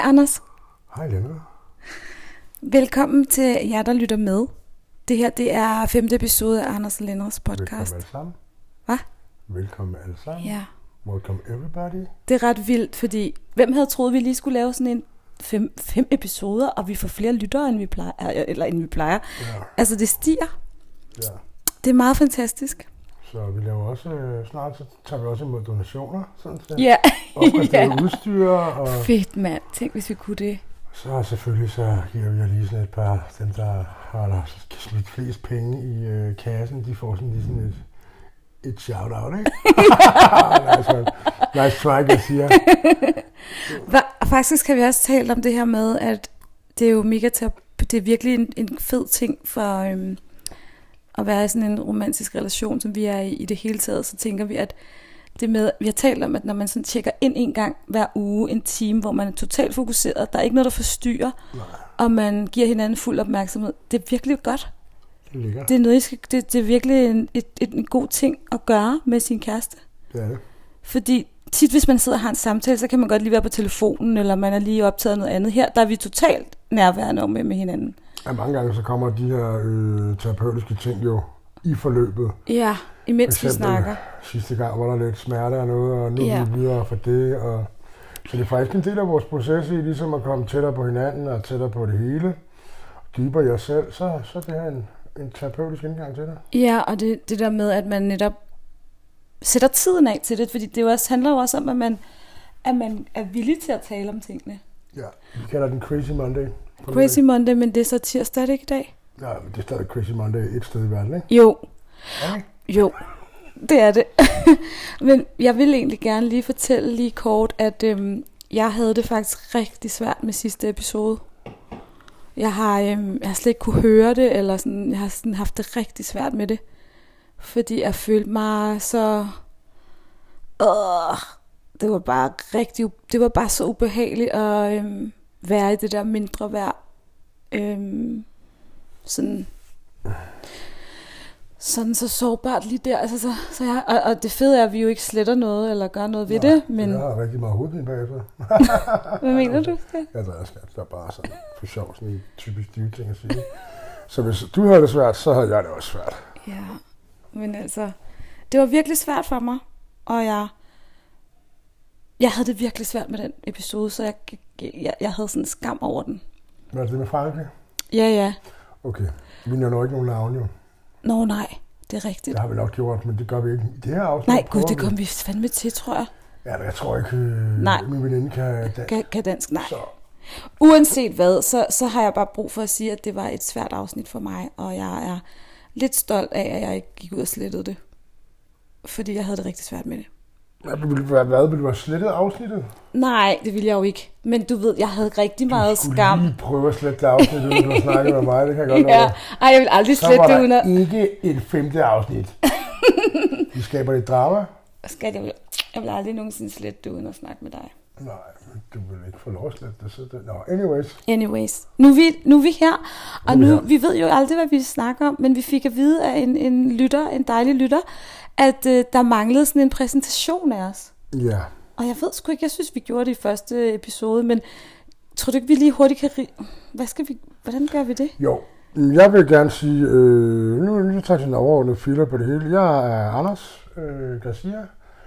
Anders. Hej Lena. Velkommen til jer, der lytter med. Det her, det er 5. episode af Anders og Lenners podcast. Velkommen alle sammen. Hvad? Velkommen alle sammen. Ja. Welcome everybody. Det er ret vildt, fordi hvem havde troet, vi lige skulle lave sådan en 5 episoder, og vi får flere lyttere, end vi plejer. Ja. Altså, det stiger. Ja. Det er meget fantastisk. Så vi laver også, snart så tager vi også imod donationer. Sådan så. Ja. Opgraderet udstyr. Og Fedt, mand. Tænk, hvis vi kunne det. så selvfølgelig så giver vi lige sådan et par, dem der har smidt flest penge i kassen, de får sådan lige sådan et shout-out, ikke? nice try, jeg siger. Faktisk har vi også talt om det her med, at det er jo det er virkelig en fed ting for at være i sådan en romantisk relation, som vi er i det hele taget. Så tænker vi, at det med, vi har talt om, at når man sådan tjekker ind en gang hver uge, en time, hvor man er totalt fokuseret, der er ikke noget, der forstyrrer, og man giver hinanden fuld opmærksomhed. Det er virkelig godt. Det er noget, det er virkelig en god ting at gøre med sin kæreste. Det er det. Fordi tit, hvis man sidder og har en samtale, så kan man godt lige være på telefonen, eller man er lige optaget noget andet. Her, der er vi totalt nærværende med hinanden. Ja, mange gange så kommer de her terapeutiske ting jo i forløbet. Ja, imens vi snakker. Sidste gang var der lidt smerte og noget, og nu er vi videre for det. Og så det er faktisk en del af vores proces i ligesom at komme tættere på hinanden og tættere på det hele. Dybere i os selv, så det her en terapeutisk indgang til det. Ja, og det der med, at man netop sætter tiden af til det, fordi det jo også, handler jo også om, at man er villig til at tale om tingene. Ja, vi kalder den Crazy Monday. Crazy Monday, men det er så tirsdag, ikke i dag? Ja, men det er stadig Crazy Monday et sted i verden, ikke? Jo. Okay. Jo, det er det. Men jeg vil egentlig gerne lige fortælle lige kort, at jeg havde det faktisk rigtig svært med sidste episode. Jeg har slet ikke kunne høre det, eller sådan, jeg har sådan haft det rigtig svært med det. Fordi jeg følte mig så... det var bare så ubehageligt at være i det der mindre værd. Sådan så sårbart lige der. Altså, så jeg, og det fede er, at vi jo ikke sletter noget, eller gør noget ved det. Men... Jeg har rigtig meget hovedpine bagefter. Hvad mener du? Jeg er bare sådan for sjov, sådan en typisk dybe ting at sige. Så hvis du havde det svært, så havde jeg det også svært. Ja, men altså, det var virkelig svært for mig, og jeg havde det virkelig svært med den episode, så jeg havde sådan en skam over den. Var det med Frankrig? Ja. Okay, vi nævner ikke nogen navn jo. Nå nej, det er rigtigt. Det har vi nok gjort, men det gør vi ikke i det her afsnit. Nej, gud, det kom vi fandme til, tror jeg. Ja, men jeg tror ikke, min veninde kan dansk. Nej. Så. Uanset hvad, så har jeg bare brug for at sige, at det var et svært afsnit for mig, og jeg er lidt stolt af, at jeg ikke gik ud og slettede det. Fordi jeg havde det rigtig svært med det. Hvad ville du have slettet afsnittet? Nej, det ville jeg jo ikke. Men du ved, jeg havde rigtig meget skam. Du skulle lige prøve at slette det afsnit, uden du har snakket med mig. Det kan jeg godt lade. Ej, jeg vil aldrig slette det uden at... Så var der ikke et 5. afsnit. Vi skaber lidt drama. Jeg vil aldrig nogensinde slette det uden at snakke med dig. Nej, du vil ikke få lov at slette det. Så det... No, anyways. Nu er vi her, og vi ved jo aldrig, hvad vi snakker om, men vi fik at vide af en dejlig lytter, at der manglede sådan en præsentation af os. Ja. Og jeg ved sgu ikke, jeg synes, vi gjorde det i første episode, men tror du ikke, vi lige hurtigt kan... Hvordan gør vi det? Jo, jeg vil gerne sige, nu tager jeg sådan en overordnet filer på det hele. Jeg er Anders Garcia.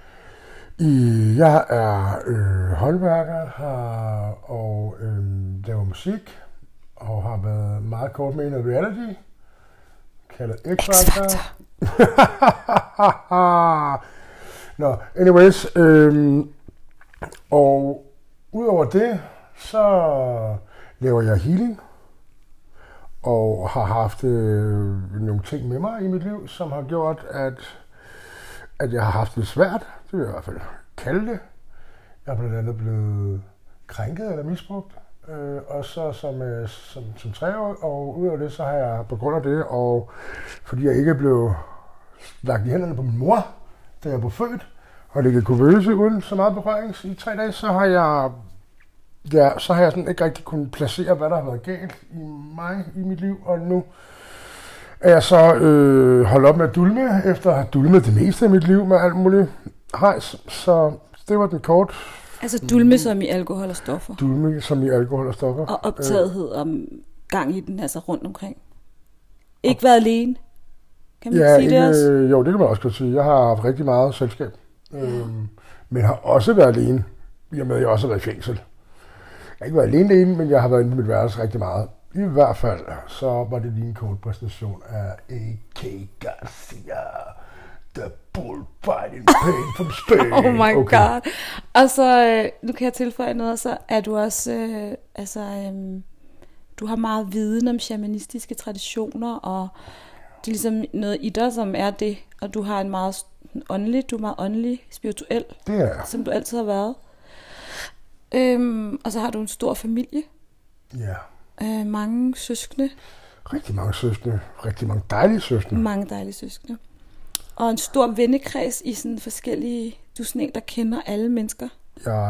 Jeg er håndværker og laver musik, og har været meget kort med i noget reality, kaldet X-Factor. Nå, anyways, og udover det, så laver jeg healing, og har haft nogle ting med mig i mit liv, som har gjort, at jeg har haft det svært. Det vil jeg i hvert fald kalde det. Jeg er blandt andet blevet krænket eller misbrugt, og så som 3 år, og ud af det, så har jeg på grund af det, og fordi jeg ikke blev lagt i hænderne på min mor, da jeg blev født, og ligget kuvøse uden så meget berøring i 3 dage, så har jeg sådan ikke rigtig kunnet placere, hvad der har været galt i mig, i mit liv, og nu er jeg så holdt op med at dulme, efter at have dulmet det meste af mit liv med alt muligt hejs. Så det var den kort Altså dulme som i alkohol og stoffer. Dulme som i alkohol og stoffer. Og optagethed om gang i den, altså rundt omkring. Ikke været alene. Kan man sige det også? Jo, det kan man også godt sige. Jeg har haft rigtig meget selskab. Men har også været alene. I og med, at jeg også har været i fængsel. Jeg har ikke været alene, men jeg har været inde på mit værelse rigtig meget. I hvert fald, så var det lige en kort præstation af A.K. Garcia. The bullfighting pain from Spain. Oh my god. Og så, nu kan jeg tilføje noget, og så er du også, du har meget viden om shamanistiske traditioner, og det er ligesom noget i dig, som er det, og du har en meget åndelig, du er meget åndelig, spirituel, det er. Som du altid har været. Og så har du en stor familie. Ja. Mange søskende. Rigtig mange søskende. Rigtig mange dejlige søskende. Mange dejlige søskende. Og en stor vennekreds i sådan forskellige... Du er sådan en, der kender alle mennesker. Jeg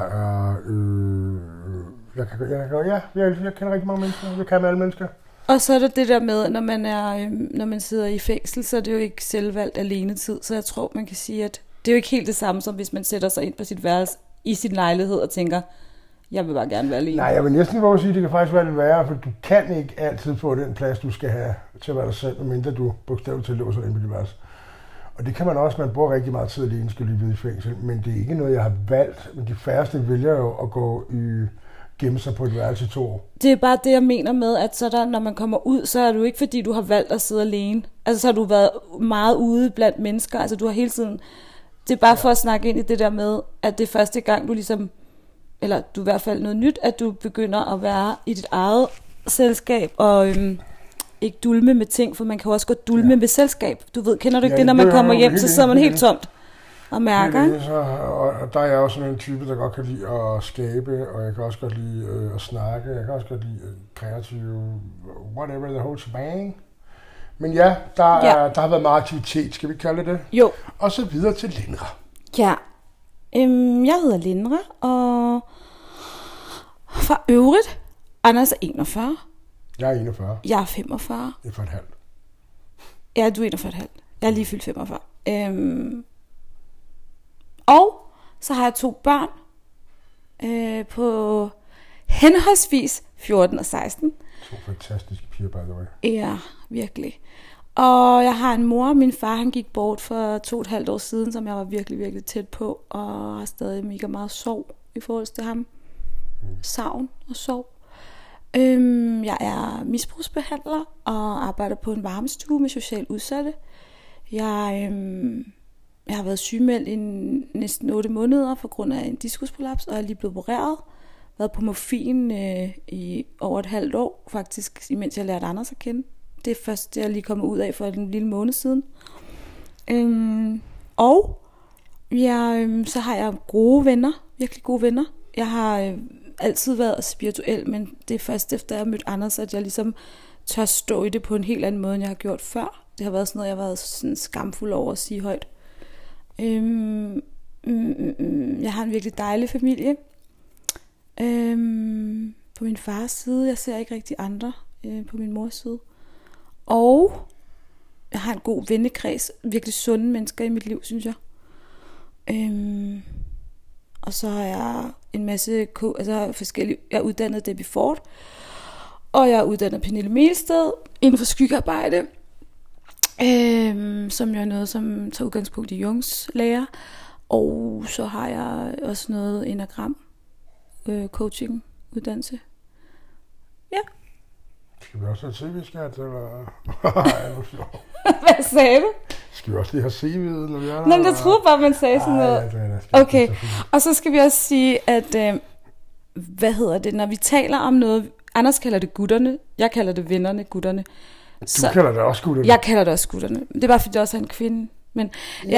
kender rigtig mange mennesker. Jeg kan med alle mennesker. Og så er der det der med, når man sidder i fængsel, så er det jo ikke selvvalgt alenetid. Så jeg tror, man kan sige, at det er jo ikke helt det samme, som hvis man sætter sig ind på sit værelse i sin lejlighed og tænker, jeg vil bare gerne være alene. Nej, jeg vil næsten våge at sige, at det kan faktisk være lidt værre, for du kan ikke altid få den plads, du skal have til at være dig selv, medmindre du bogstaveligt til låser ind på dit værelse. Og det kan man også, man bruger rigtig meget tid alene, skal lige vide i fængsel, men det er ikke noget, jeg har valgt. Men de færreste vælger jo at gemme sig på et værelse i 2 år. Det er bare det, jeg mener med, at så der, når man kommer ud, så er du ikke, fordi du har valgt at sidde alene. Altså så har du været meget ude blandt mennesker, altså du har hele tiden... Det er bare for at snakke ind i det der med, at det er første gang, du ligesom... Eller du er i hvert fald noget nyt, at du begynder at være i dit eget selskab, og ikke dulme med ting, for man kan jo også godt dulme med selskab. Du ved, kender du ikke det, når man kommer hjem, så sidder man helt tomt og mærker. Og der er jeg også sådan en type, der godt kan lide at skabe, og jeg kan også godt lide at snakke, jeg kan også godt lide kreative, whatever the whole shebang. Men ja, der har været meget aktivitet, skal vi kalde det? Jo. Og så videre til Lindra. Ja, jeg hedder Lindra, og fra øvrigt, Anders er 41. Jeg er 41. Jeg er 45. Jeg er for et halvt. Ja, du er 41,5. Jeg er lige fyldt 45. Og så har jeg 2 børn på henholdsvis 14 og 16. 2 fantastiske piger, by the way. Ja, virkelig. Og jeg har en mor, min far han gik bort for 2,5 år siden, som jeg var virkelig, virkelig tæt på, og har stadig mega meget sorg i forhold til ham. Savn og sorg. Jeg er misbrugsbehandler og arbejder på en varmestue med socialt udsatte. Jeg har været sygemeldt i næsten 8 måneder på grund af en diskusprolaps, og er lige blevet opereret. Været på morfin i over et halvt år, faktisk, imens jeg lærte Anders at kende. Det er først, jeg er lige kommet ud af for en lille måned siden. Så har jeg gode venner, virkelig gode venner. Jeg har altid været spirituel, men det er først efter jeg har mødt Anders, at jeg ligesom tør stå i det på en helt anden måde, end jeg har gjort før. Det har været sådan noget, jeg har været sådan skamfuld over at sige højt. Jeg har en virkelig dejlig familie. På min fars side, jeg ser ikke rigtig andre på min mors side. Og jeg har en god vennekreds, virkelig sunde mennesker i mit liv, synes jeg. Og så har jeg en masse forskellige. Jeg er uddannet Debbie Ford, og jeg er uddannet Pernille Melsted inden for skyggearbejde, som jo er noget, som tager udgangspunkt i Jungs lære. Og så har jeg også noget enagram coaching uddannelse. Ja. Skal vi også have CV-skat, eller? Hvad sagde du? Skal vi også lige have CV'et, når vi er der? Nå, men jeg troede bare, man sagde sådan noget. Okay, og så skal vi også sige, at, når vi taler om noget, Anders kalder det gutterne, jeg kalder det vennerne, gutterne. Du kalder det også gutterne? Jeg kalder det også gutterne. Det er bare, fordi det også er en kvinde. Men,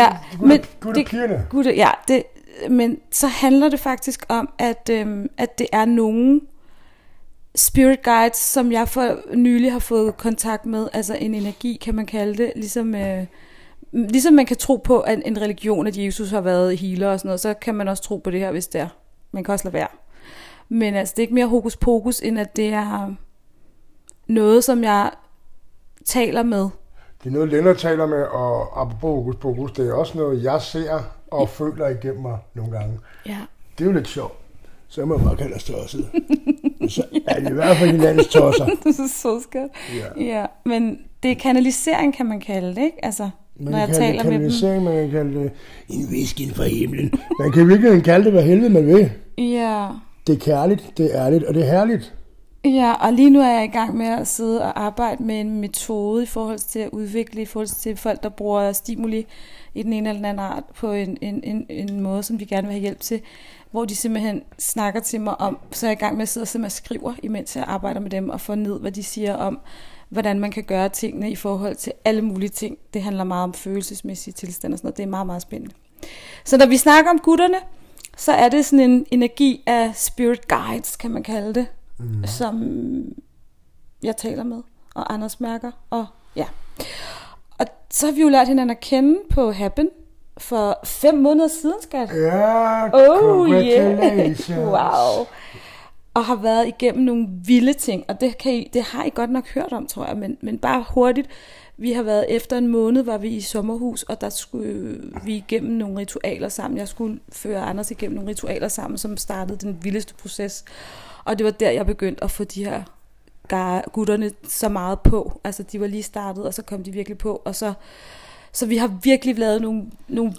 men så handler det faktisk om, at det er nogen spirit guides, som jeg for nylig har fået kontakt med, altså en energi, kan man kalde det, ligesom man kan tro på, at en religion, at Jesus har været healer og sådan noget, så kan man også tro på det her, hvis det er. Man kan også lade være. Men altså, det er ikke mere hokus pokus, end at det er noget, som jeg taler med. Det er noget, Lennart taler med, og apropos hokus pokus, det er også noget, jeg ser og føler igennem mig nogle gange. Ja. Det er jo lidt sjovt. så må man bare kalde os tosset. Så er det i hvert fald landets tosser. Det er så skørt. Ja, men det er kanalisering, kan man kalde det, ikke? Altså, når jeg taler med dem. Man kan kalde det en hvisken fra himlen. Man kan virkelig kalde det, hvad helvede man vil. Ja. Det er kærligt, det er ærligt, og det er herligt. Ja, og lige nu er jeg i gang med at sidde og arbejde med en metode i forhold til at udvikle, i forhold til folk, der bruger stimuli i den ene eller den anden art på en måde, som de gerne vil have hjælp til, hvor de simpelthen snakker til mig om, så er jeg i gang med at sidde og simpelthen skriver, imens jeg arbejder med dem, og få ned, hvad de siger om, hvordan man kan gøre tingene i forhold til alle mulige ting. Det handler meget om følelsesmæssige tilstande og sådan noget. Det er meget, meget spændende. Så når vi snakker om gutterne, så er det sådan en energi af spirit guides, kan man kalde det, som jeg taler med, og Anders mærker, og ja. Og så har vi jo lært hinanden at kende på Happen for 5 måneder siden, skat. Ja, congratulations. Yeah. Wow. Og har været igennem nogle vilde ting, og det har I godt nok hørt om, tror jeg, men bare hurtigt. Vi har været efter en måned, var vi i sommerhus, og der skulle vi igennem nogle ritualer sammen. Jeg skulle føre Anders igennem nogle ritualer sammen, som startede den vildeste proces. Og det var der, jeg begyndte at få de her gutterne så meget på. Altså, de var lige startet, og så kom de virkelig på. Og så vi har virkelig lavet nogle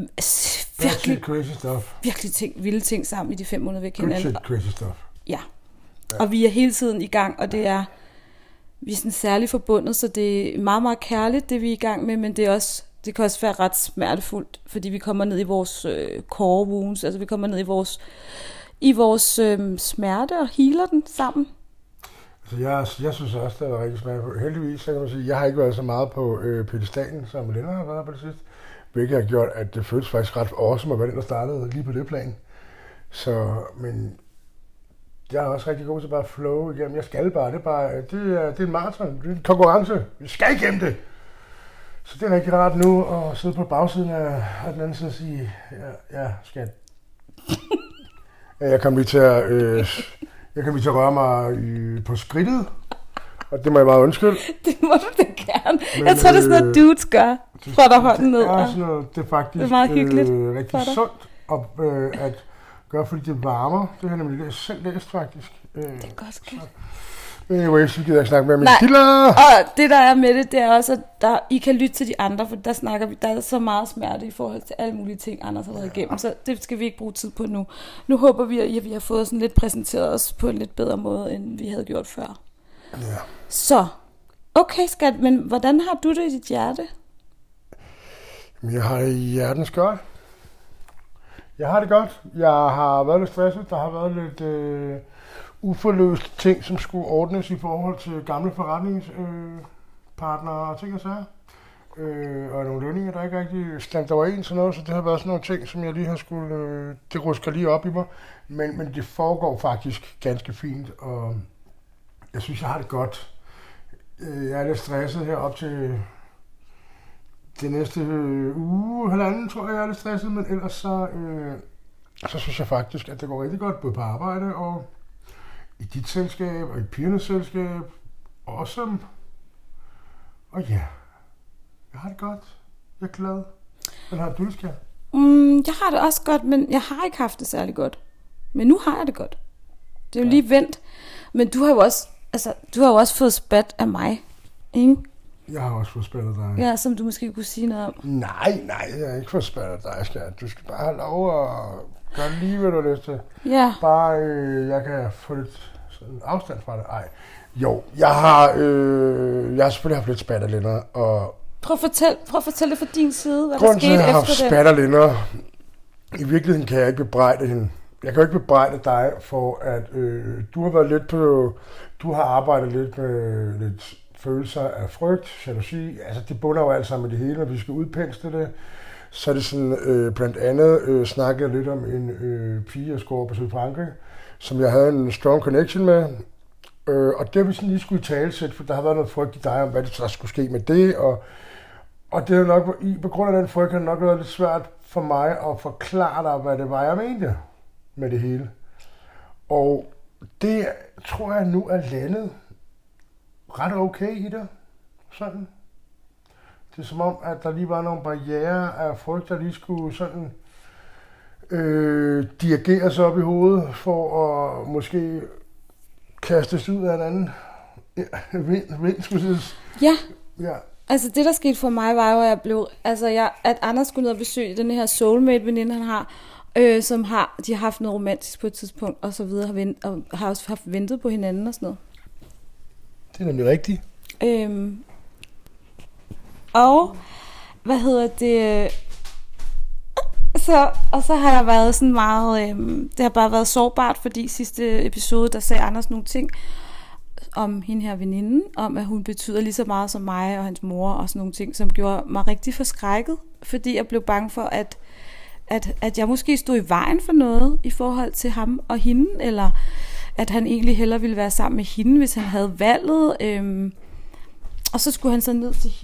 virkelig vilde ting sammen i de 5 måneder, vi kender hinanden. Crazy stuff. Ja, og vi er hele tiden i gang, og vi er sådan særligt forbundet, så det er meget, meget kærligt, det vi er i gang med, men det kan også være ret smertefuldt, fordi vi kommer ned i vores core wounds, altså vi kommer ned i vores smerte og healer den sammen. Altså jeg synes også, det er rigtig smertefuldt. Heldigvis, så kan man sige, jeg har ikke været så meget på pedestalen, som Linda har været på det sidste, hvilket har gjort, at det føles faktisk ret awesome at være den, der startede lige på det plan. Så, men jeg er også rigtig god til bare at flow igennem. Jeg skal bare, det er en maraton, det er en konkurrence. Vi skal igennem det. Så det er rigtig rart nu at sidde på bagsiden af den anden side og sige, ja, skat. Jeg kom lige til at røre mig på skridtet, og det må jeg meget undskylde. Det må du da gerne. Men, jeg tror, det er sådan noget, dudes gør. Får dig hånden ned. Det er faktisk det er meget hyggeligt rigtig sundt at gøre, fordi det varmer. Det har nemlig det selv læst, faktisk. Det er godt skidt. Anyways, så gider jeg snakke med mine kilder. Og det, der er med det, det er også, at I kan lytte til de andre, for der er så meget smerte i forhold til alle mulige ting, Anders har været igennem. Så det skal vi ikke bruge tid på nu. Nu håber vi, at vi har fået sådan lidt præsenteret os på en lidt bedre måde, end vi havde gjort før. Ja. Så, okay skat, men hvordan har du det i dit hjerte? Jeg har det i hjertens godt. Jeg har det godt. Jeg har været lidt stresset. Der har været lidt uforløste ting, som skulle ordnes i forhold til gamle forretningspartnere og ting og sager. Og nogle lønninger, der ikke rigtig stemt overens sådan noget, så det har været sådan nogle ting, som jeg lige har skulle... det rusker lige op i mig. Men det foregår faktisk ganske fint, og jeg synes, jeg har det godt. Jeg er lidt stresset her op til det næste halvanden, tror jeg er lidt stresset, men ellers så synes jeg faktisk, at det går rigtig godt, både på arbejde og i dit selskab, og i pigernes selskab. Awesome. Og ja, jeg har det godt. Jeg er glad. Hvordan har du det, Skær? Jeg har det også godt, men jeg har ikke haft det særlig godt. Men nu har jeg det godt. Det er jo lige vendt. Men du har jo også fået spat af mig, ikke? Jeg har også fået spat af dig. Ja, som du måske kunne sige noget om. Nej, jeg har ikke fået spat af dig, Skær. Du skal bare have lov at gøre lige, hvad du har lyst til. Ja. Bare, jeg kan få lidt sådan afstand fra det. Ej. Jo, jeg har selvfølgelig haft lidt spat af Linda, og... Prøv at fortælle det fra din side, hvad grunden der skete efter det. Grunden til, at jeg har haft spat af Linda, i virkeligheden kan jeg ikke bebrejde hende. Jeg kan jo ikke bebrejde dig for, at du har været lidt på... Du har arbejdet lidt med lidt følelser af frygt, jalousi. Altså, det bunder jo alt sammen med det hele, når vi skal udpensle det. Så er det sådan, blandt andet snakkede jeg lidt om en pige, jeg skulle over på Sydfrankrig, som jeg havde en strong connection med. Og det vi sådan lige skulle i talesæt, for der har været noget frygt i dig om, hvad der skulle ske med det. Og det er nok, på grund af den frygt, har det nok været lidt svært for mig at forklare dig, hvad det var, jeg mente med det hele. Og det tror jeg nu er landet ret okay i det. Sådan. Det er som om, at der lige var nogle barrierer af frygt, der lige skulle sådan dirigeres op i hovedet for at måske kastes ud af en anden vind, skulle jeg sige. Ja. Ja. Altså det, der skete for mig, var jo, at Anders skulle ned og besøge den her soulmate-veninde, han har, som de har haft noget romantisk på et tidspunkt, og så videre, og har også haft ventet på hinanden og sådan noget. Det er nemlig rigtigt. Og, så har jeg været sådan meget, det har bare været sårbart, fordi sidste episode, der sagde Anders nogle ting om hende her veninde, om at hun betyder lige så meget som mig og hans mor og sådan nogle ting, som gjorde mig rigtig forskrækket, fordi jeg blev bange for, at jeg måske stod i vejen for noget i forhold til ham og hende, eller at han egentlig hellere ville være sammen med hende, hvis han havde valget. Og så skulle han så ned til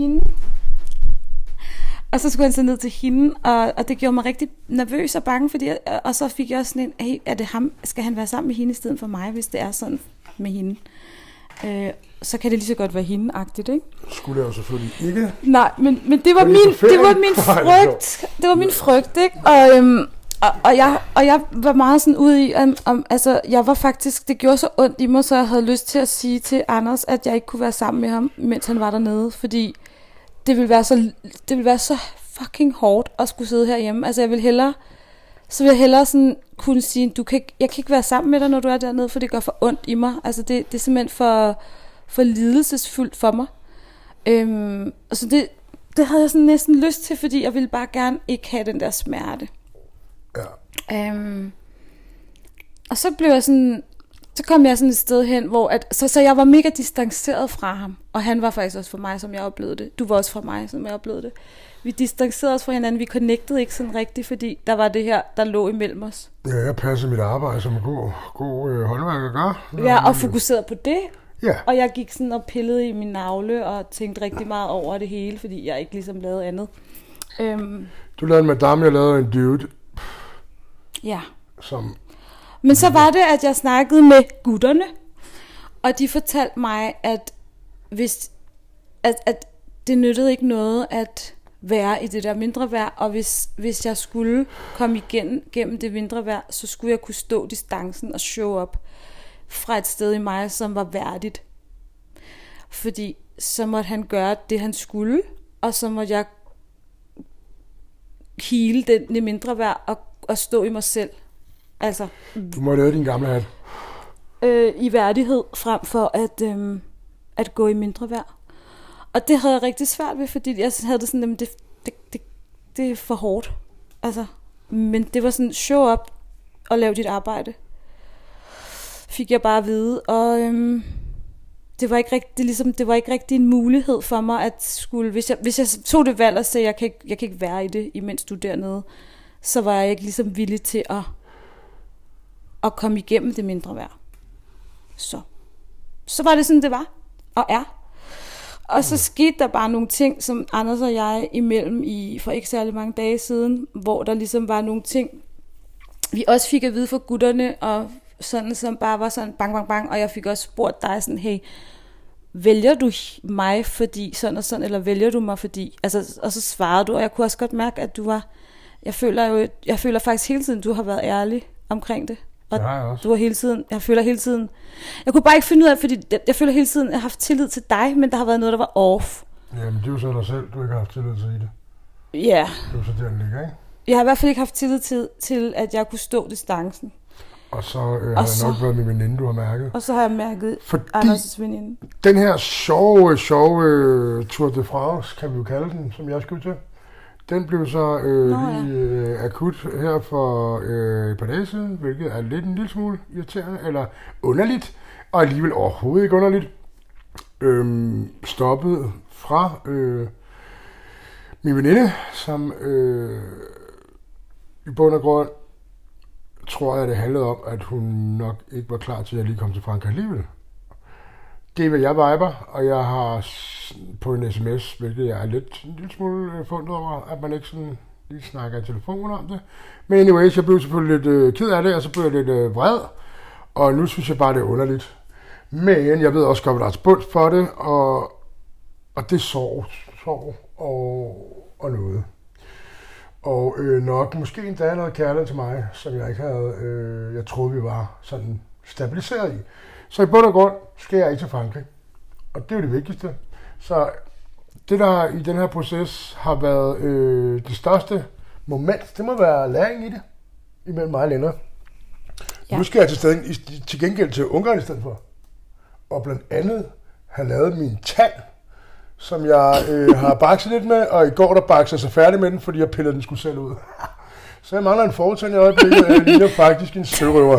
hende. Og det gjorde mig rigtig nervøs og bange, fordi og så fik jeg også sådan en, hey, er det ham? Skal han være sammen med hende i stedet for mig, hvis det er sådan med hende? Så kan det lige så godt være hende-agtigt, ikke? Skulle det jo selvfølgelig ikke. Nej, men det var min frygt. Det var min frygt, ikke? Og jeg var meget sådan ude i, altså jeg var faktisk, det gjorde så ondt i mig, så jeg havde lyst til at sige til Anders, at jeg ikke kunne være sammen med ham, mens han var dernede, fordi det ville være så fucking hårdt at skulle sidde herhjemme. Altså jeg ville hellere sådan kunne sige, jeg kan ikke være sammen med dig, når du er dernede, for det gør for ondt i mig. Altså det er simpelthen for lidelsesfuldt for mig. Altså det havde jeg sådan næsten lyst til, fordi jeg ville bare gerne ikke have den der smerte. Ja. Og så blev jeg sådan, så kom jeg sådan et sted hen, hvor så jeg var mega distanceret fra ham, og han var faktisk også for mig, som jeg oplevede det. Du var også for mig, som jeg oplevede det. Vi distancerede os fra hinanden, vi connectede ikke sådan rigtigt, fordi der var det her, der lå imellem os. Ja, jeg passede mit arbejde som en god håndværker gør. Ja, og fokuserede på det. Ja. Og jeg gik sådan og pillede i min navle og tænkte rigtig meget over det hele, fordi jeg ikke ligesom lavede andet. Du lavede en madame, jeg lavede en dude. Ja. Som... Men så var det, at jeg snakkede med gutterne, og de fortalte mig, at det nyttede ikke noget at være i det der mindre værd, og hvis jeg skulle komme gennem det mindre værd, så skulle jeg kunne stå distancen og show up fra et sted i mig, som var værdigt. Fordi så måtte han gøre det, han skulle, og så måtte jeg hele det mindre værd og stå i mig selv. Altså, du må lave din gamle hat. I værdighed, frem for at gå i mindre værd. Og det havde jeg rigtig svært ved, fordi jeg havde det sådan, at det er for hårdt. Altså, men det var sådan, show up og lav dit arbejde. Fik jeg bare at vide, og det var ikke rigtig en mulighed for mig at skulle, hvis jeg tog det valg og sagde, jeg kan ikke være i det, imens du er dernede, så var jeg ikke ligesom villig til at komme igennem det mindre værd. Så var det sådan, det var og er. Og så skete der bare nogle ting, som Anders og jeg imellem for ikke særlig mange dage siden, hvor der ligesom var nogle ting, vi også fik at vide fra gutterne, og sådan, som bare var sådan bang, bang, bang, og jeg fik også spurgt dig sådan, hey, vælger du mig fordi sådan og sådan, eller vælger du mig fordi, altså, og så svarede du, og jeg kunne også godt mærke, at du var, jeg føler faktisk hele tiden, du har været ærlig omkring det. Og det har jeg også. Du har hele tiden, jeg kunne bare ikke finde ud af, fordi jeg føler hele tiden, jeg har haft tillid til dig, men der har været noget, der var off. Jamen, det er jo så dig selv, du ikke har haft tillid til i det. Ja. Det er jo så der, den ligger, ikke? Jeg har i hvert fald ikke haft tillid til, at jeg kunne stå distancen. Og så har det nok været min veninde, du har mærket. Og så har jeg mærket Anders' veninde. Den her sjove Tour de France, kan vi jo kalde den, som jeg skulle til. Den blev så akut her for et par dage siden, hvilket er lidt en lille smule irriterende, eller underligt, og alligevel overhovedet ikke underligt. Stoppet fra min veninde, som i bund og grund tror jeg, det handlede om, at hun nok ikke var klar til, at jeg lige kom til Frankrig alligevel. Det er, hvad jeg viber, og jeg har på en sms, hvilket jeg er en lille smule fundet over, at man ikke sådan lige snakker i telefonen om det. Men anyways, jeg blev selvfølgelig lidt ked af det, og så blev jeg lidt vred, og nu synes jeg bare, det er underligt. Men jeg ved også godt, at der er bundt for det, og det er sorg og noget. Og nok måske endda noget kærlighed til mig, som jeg ikke havde, jeg troede, vi var sådan stabiliseret i. Så i bund og grund skal jeg ikke til Frankrig. Og det er jo det vigtigste. Så det, der i den her proces har været det største moment, det må være læring i det, imellem mig og Lennart. Ja. Nu skal jeg til gengæld til Ungarn i stedet for. Og blandt andet have lavet min tand, som jeg har bakset lidt med, og i går der baksede jeg så færdig med den, fordi jeg pillede den sgu selv ud. Så jeg mangler en fortand i øjeblikket, og jeg ligner faktisk en sørøver.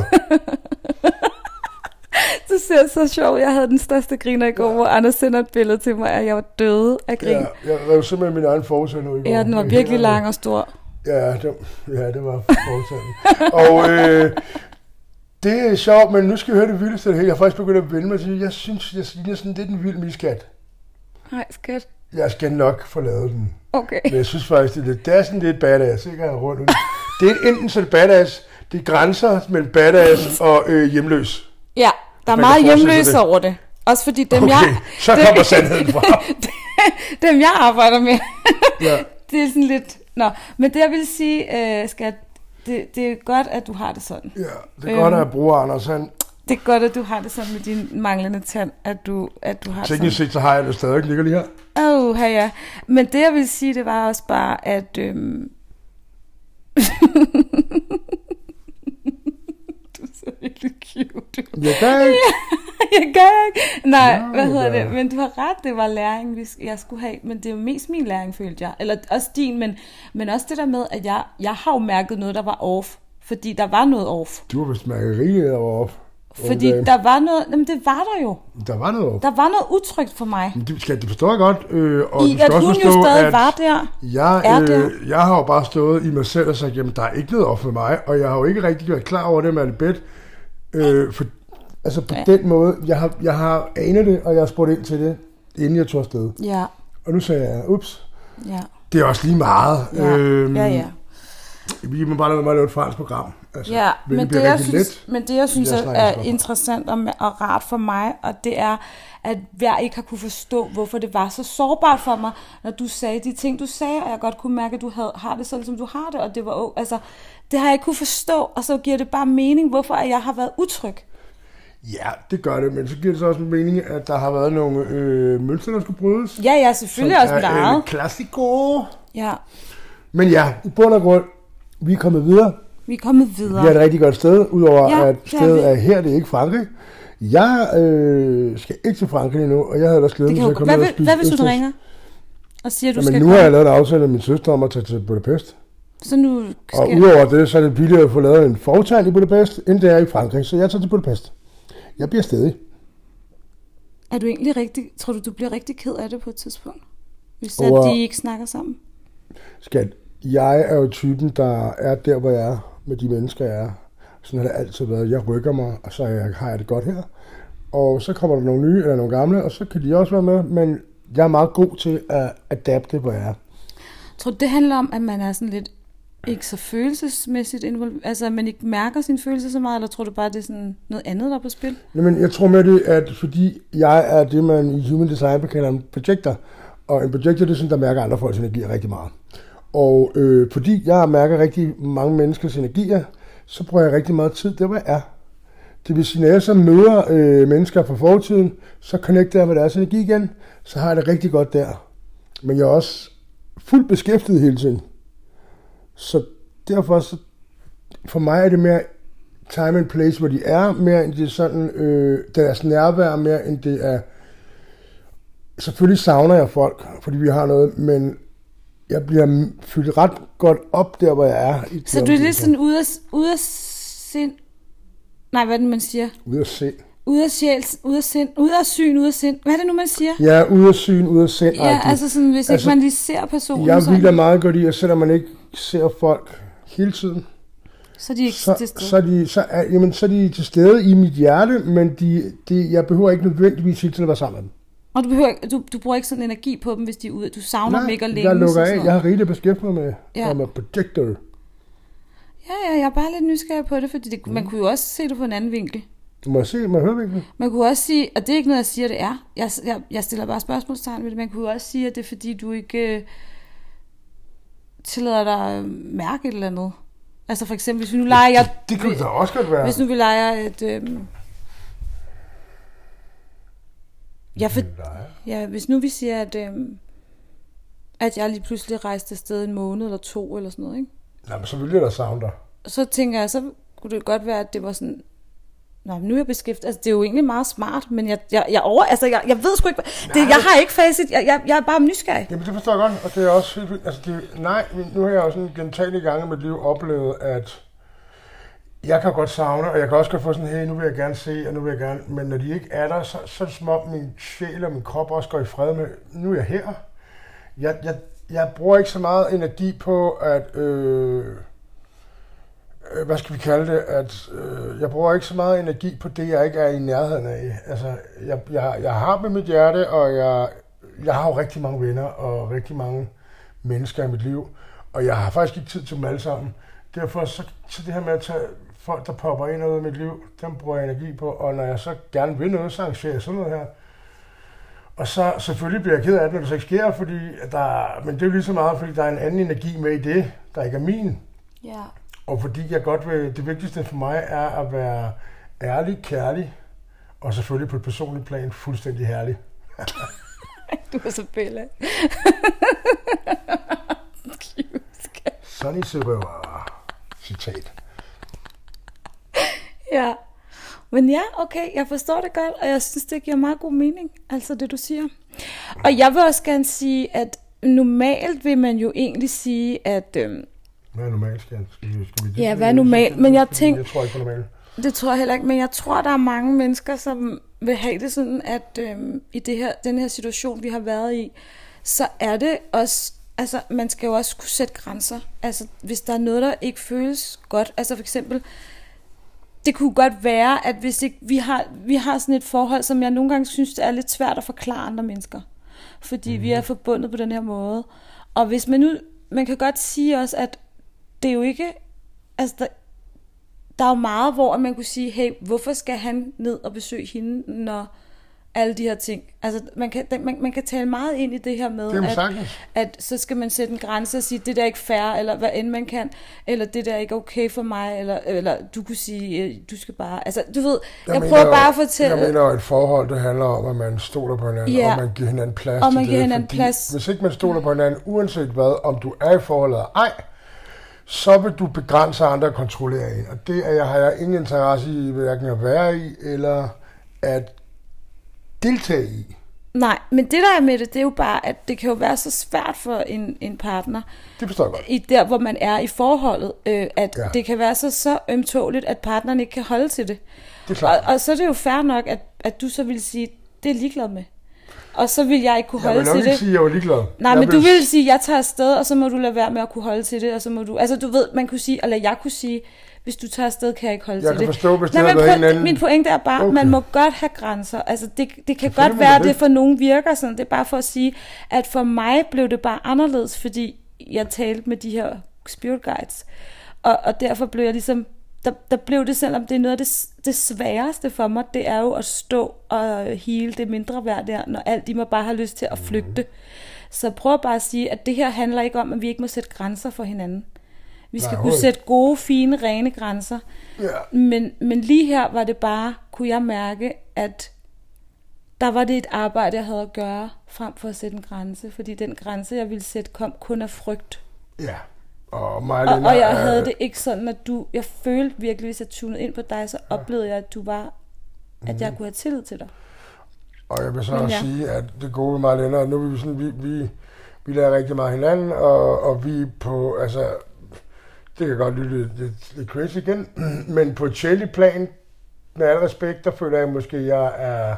Du ser så sjov. Jeg havde den største griner i går, hvor Anders sender et billede til mig, og jeg var døde af grin. Ja, jeg rev simpelthen min egen fortand ud i går. Ja, den var virkelig lang og stor. Ja, det var fortanden. Og det er sjovt, men nu skal vi høre det vildeste. Jeg har faktisk begyndt at vende mig til, jeg synes, jeg ligner sådan lidt en vild miskat. Nej, skat. Jeg skal nok få lavet den. Okay. Men jeg synes faktisk, det er sådan lidt badass, ikke? Rundt. Det er enten så det badass, det er grænser mellem badass og hjemløs. Ja, der er meget hjemløs over det. Også fordi dem, okay, så kommer sandheden frem. Dem, jeg arbejder med, ja. Det er sådan lidt... Nå, men det jeg vil sige, skat, det er godt, at du har det sådan. Ja, det er godt at bruge Anders. Det er godt, at du har det sådan med din manglende tand, at du har teknisk set, så har jeg det stadig, ligger lige her. Ja. Men det jeg vil sige, det var også bare, at... Du ser virkelig cute. Jeg kan ikke. Jeg kan ikke. Nej, hvad hedder det? Men du har ret, det var læring, jeg skulle have. Men det er jo mest min læring, følte jeg. Eller også din, men også det der med, at jeg har jo mærket noget, der var off. Fordi der var noget off. Du har vist mærket rigeligt, der var off. Fordi der var noget... Jamen, det var der jo. Der var noget off. Der var noget utrygt for mig. Det forstår jeg godt. Og I, at hun forstå, jo stadig var der. Jeg har jo bare stået i mig selv og sagt, jamen, der er ikke noget off med mig. Og jeg har jo ikke rigtig været klar over det med Albert. Altså på den måde, jeg har anet det, og jeg har spurgt ind til det, inden jeg tog afsted. Ja. Og nu sagde jeg, ups, det er også lige meget. Ja. Vi må bare lade et fransk program. Altså, ja, men det jeg synes er interessant og rart for mig, og det er, at jeg ikke har kunne forstå, hvorfor det var så sårbart for mig, når du sagde de ting, du sagde, og jeg godt kunne mærke, at du har det sådan, som du har det, og det var altså, det har jeg ikke kunne forstå, og så giver det bare mening, hvorfor jeg har været utryg. Ja, det gør det, men så giver det så også en mening, at der har været nogle mønstre, der skulle brydes. Ja, selvfølgelig også med eget. Klassiko. Ja. Men ja, i bund og grund, vi er kommet videre. Vi er et rigtig godt sted, udover at stedet er her, det er ikke Frankrig. Jeg skal ikke til Frankrig endnu, og jeg havde også glædet mig til at komme ned og spise. Hvad hvis du ringer og siger, at du skal komme? Men nu har jeg lavet en aftale med min søster om at tage til Budapest. Så nu skal... Og udover det, så er det billigt at få lavet en fortegn i Budapest, end det er i Frankrig, så jeg tager til Budapest. Jeg bliver stedig. Er du egentlig rigtig... Tror du bliver rigtig ked af det på et tidspunkt? Hvis de ikke snakker sammen? Skat, jeg er jo typen, der er der, hvor jeg er, med de mennesker, jeg er. Sådan har det altid været. Jeg rykker mig, og så har jeg det godt her. Og så kommer der nogle nye eller nogle gamle, og så kan de også være med. Men jeg er meget god til at adapte, hvor jeg er. Tror du, det handler om, at man er sådan lidt ikke så følelsesmæssigt involveret? Altså, at man ikke mærker sine følelser så meget, eller tror du bare, det er sådan noget andet, der er på spil? Jamen, jeg tror med det, at fordi jeg er det, man i Human Design kalder en projector. Og en projector, det er sådan, der mærker andre folks energier rigtig meget. Og fordi jeg mærker rigtig mange menneskers energier, så bruger jeg rigtig meget tid der, hvor jeg er. Det vil sige, når jeg så møder mennesker fra fortiden, så connecter jeg med deres energi igen, så har jeg det rigtig godt der. Men jeg er også fuldt beskæftiget hele tiden. Så derfor, for mig er det mere time and place, hvor de er, mere end det er sådan, deres nærvær, mere end det er... Selvfølgelig savner jeg folk, fordi vi har noget, men jeg bliver fyldt ret godt op der, hvor jeg er. Så du er lidt sådan ude af sind? Nej, hvad er det, man siger? Ude af sind. Ude af sjæl, ude af sind, ude af syn, ude af sind. Hvad er det nu, man siger? Ja, ude af syn, ude af sind. Ja, altså sådan, hvis ikke man lige ser personen. Jeg hviler meget godt i, at selvom man ikke ser folk hele tiden, så er de ikke til stede. Så er de til stede i mit hjerte, men jeg behøver ikke nødvendigvis hele tiden at være sammen med dem. Og du bruger ikke sådan energi på dem, hvis de er ude. Du savner dem ikke og længe. Jeg lukker af. Jeg har rigeligt beskæftiget med med projector. Ja, jeg er bare lidt nysgerrig på det, fordi man kunne jo også se det på en anden vinkel. Må jeg høre vinkel? Man kunne også sige, og det er ikke noget, jeg siger, det er. Jeg stiller bare spørgsmålstegn ved det. Man kunne også sige, at det er fordi, du ikke... tillader dig at mærke et eller andet. Altså for eksempel, hvis vi nu leger... Det kunne da også godt være. Hvis nu vi leger et... hvis nu vi siger, at jeg lige pludselig rejste afsted en måned eller 2 eller sådan noget, ikke? Nej, men så ville jeg da savne dig. Så tænker jeg, så kunne det godt være, at det var sådan... Nå, nu er jeg beskæftiget. Altså, det er jo egentlig meget smart, men jeg ved sgu ikke... Jeg har ikke facit. Jeg er bare nysgerrig. Jamen, det forstår jeg godt, og det er også helt vildt. Altså, nu har jeg jo sådan gentagne gange i mit liv oplevet, at jeg kan godt savne, og jeg kan også godt få sådan, hey, nu vil jeg gerne se, og nu vil jeg gerne... Men når de ikke er der, så er det som om min sjæl og min krop også går i fred med, nu er jeg her. Jeg bruger ikke så meget energi på, at... hvad skal vi kalde det, at jeg bruger ikke så meget energi på det, jeg ikke er i nærheden af. Altså, jeg har med mit hjerte, og jeg har jo rigtig mange venner og rigtig mange mennesker i mit liv, og jeg har faktisk ikke tid til dem alle sammen. Derfor så det her med at tage folk, der popper ind og ud af mit liv, dem bruger jeg energi på, og når jeg så gerne vil noget, så arrangerer jeg sådan noget her. Og så selvfølgelig bliver jeg ked af det, når det så ikke sker, men det er jo lige så meget, fordi der er en anden energi med i det, der ikke er min. Ja. Og fordi jeg godt vil, det vigtigste for mig er at være ærlig, kærlig, og selvfølgelig på et personligt plan fuldstændig herlig. Du er så bella. Sonny Superstar. Citat. Ja, men ja, okay, jeg forstår det godt, og jeg synes, det giver meget god mening, altså det du siger. Og jeg vil også gerne sige, at normalt vil man jo egentlig sige, at... Hvad er normalt, skal vi ja, hvad er normalt? Men jeg tænker... Jeg tror ikke på normalt. Det tror jeg heller ikke, men jeg tror, der er mange mennesker, som vil have det sådan, at i den her situation, vi har været i, så er det også... Altså, man skal jo også kunne sætte grænser. Altså, hvis der er noget, der ikke føles godt. Altså, for eksempel... Det kunne godt være, at hvis ikke, vi har sådan et forhold, som jeg nogle gange synes, det er lidt svært at forklare andre mennesker. Fordi vi er forbundet på den her måde. Og hvis man kan godt sige også, at det er jo ikke, altså der er jo meget, hvor man kunne sige, hey, hvorfor skal han ned og besøge hende, når alle de her ting. Altså man kan tale meget ind i det her med, at så skal man sætte en grænse og sige, det der er ikke fair, eller hvad end man kan, eller det der er ikke okay for mig, eller du kunne sige, du skal bare, altså du ved, jeg prøver bare at fortælle. Jeg mener, at et forhold, det handler om, at man stoler på hinanden, og man giver hinanden plads og man til giver det, hinanden plads. Hvis ikke man stoler på hinanden, uanset hvad, om du er i forholdet eller ej, så vil du begrænse andre og kontrollere en. Og det har jeg ingen interesse i, hverken at være i, eller at deltage i. Nej, men det der er med det er jo bare, at det kan jo være så svært for en partner. Det forstår jeg godt. I der, hvor man er i forholdet, at det kan være så ømtåligt, at partneren ikke kan holde til det. Det er klart. Og så er det jo fair nok, at du så vil sige, det er ligeglad med. Og så vil jeg ikke kunne holde til det. Jeg vil nok ikke sige, at jeg var ligeglad. Nej, men du vil sige, at jeg tager afsted, og så må du lade være med at kunne holde til det, og så må du... Altså, du ved, man kunne sige, eller jeg kunne sige, hvis du tager afsted, kan jeg ikke holde til det. Jeg kan forstå, hvis det har været hinanden. Min pointe er bare, man må godt have grænser. Altså, det kan godt være, det for nogen virker sådan. Det er bare for at sige, at for mig blev det bare anderledes, fordi jeg talte med de her spirit guides. Og derfor blev jeg ligesom... Der blev det, selvom det er noget af det sværeste for mig, det er jo at stå og hele det mindre værd der, når alt i mig bare har lyst til at flygte. Så prøv bare at sige, at det her handler ikke om, at vi ikke må sætte grænser for hinanden. Vi skal kunne sætte gode, fine, rene grænser. Ja. Men lige her var det bare, kunne jeg mærke, at der var det et arbejde, jeg havde at gøre, frem for at sætte en grænse. Fordi den grænse, jeg ville sætte, kom kun af frygt. Ja. Og jeg havde det ikke sådan, at jeg følte virkelig, hvis jeg tunede ind på dig, så oplevede jeg, at du var, at jeg kunne have tillid til dig. Og jeg vil så også sige, at det gode med Marlene, nu er vi sådan, vi lærer rigtig meget hinanden, og vi på, altså, det kan godt lyde lidt crazy igen, men på et sjældent plan, med al respekt, der føler jeg måske, at jeg er...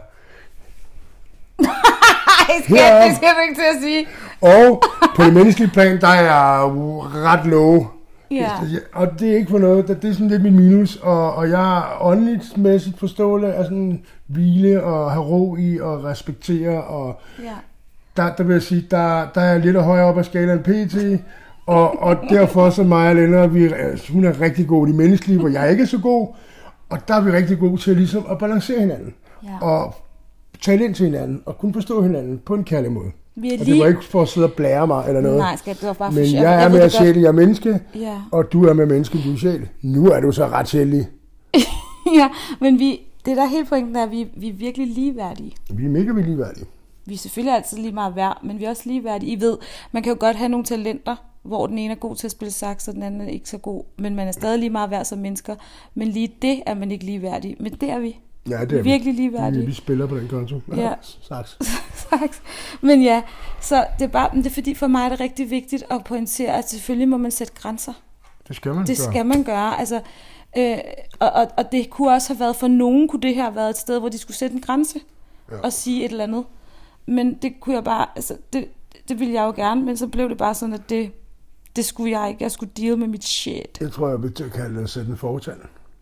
Det skal du ikke til at sige. Og på det menneskelige plan, der er jeg ret low. Ja. Og det er ikke for noget, det er sådan lidt min minus. Og jeg er åndeligt mæssigt forstående af sådan hvile og have ro i og respektere. Og der vil jeg sige, der er jeg lidt højere op ad skalaen PT. Og derfor så mig og Lennart, hun er rigtig god i det menneskelige, hvor jeg ikke er så god. Og der er vi rigtig gode til ligesom at balancere hinanden. Ja. Og tale ind til hinanden og kunne forstå hinanden på en kærlig måde. Vi er og det var ikke for at sidde og blære mig eller noget. Nej, det var bare for men jeg er mere sjældent, jeg er menneske, ja. Og du er mere menneske, du er sjæl. Nu er du så ret sjældent. Ja, men det der hele pointen er, at vi er virkelig ligeværdige. Vi er mega ligeværdige. Vi er selvfølgelig altid lige meget værd, men vi er også ligeværdige. I ved, man kan jo godt have nogle talenter, hvor den ene er god til at spille sax, og den anden er ikke så god. Men man er stadig lige meget værd som mennesker. Men lige det er man ikke ligeværdig. Men det er vi. Ja, det er virkelig ligeværdige. Vi spiller på den konto. Ja. Sax. Sax. Men ja, så det er fordi for mig er det rigtig vigtigt at pointere, at selvfølgelig må man sætte grænser. Det skal man gøre. Det skal man gøre. Altså, og det kunne også have været, for nogen kunne det her have været et sted, hvor de skulle sætte en grænse og sige et eller andet. Men det kunne jeg bare, altså det ville jeg jo gerne, men så blev det bare sådan, at det skulle jeg ikke. Jeg skulle deal med mit shit. Jeg tror, jeg vil til at kalde det at sætte en fortand.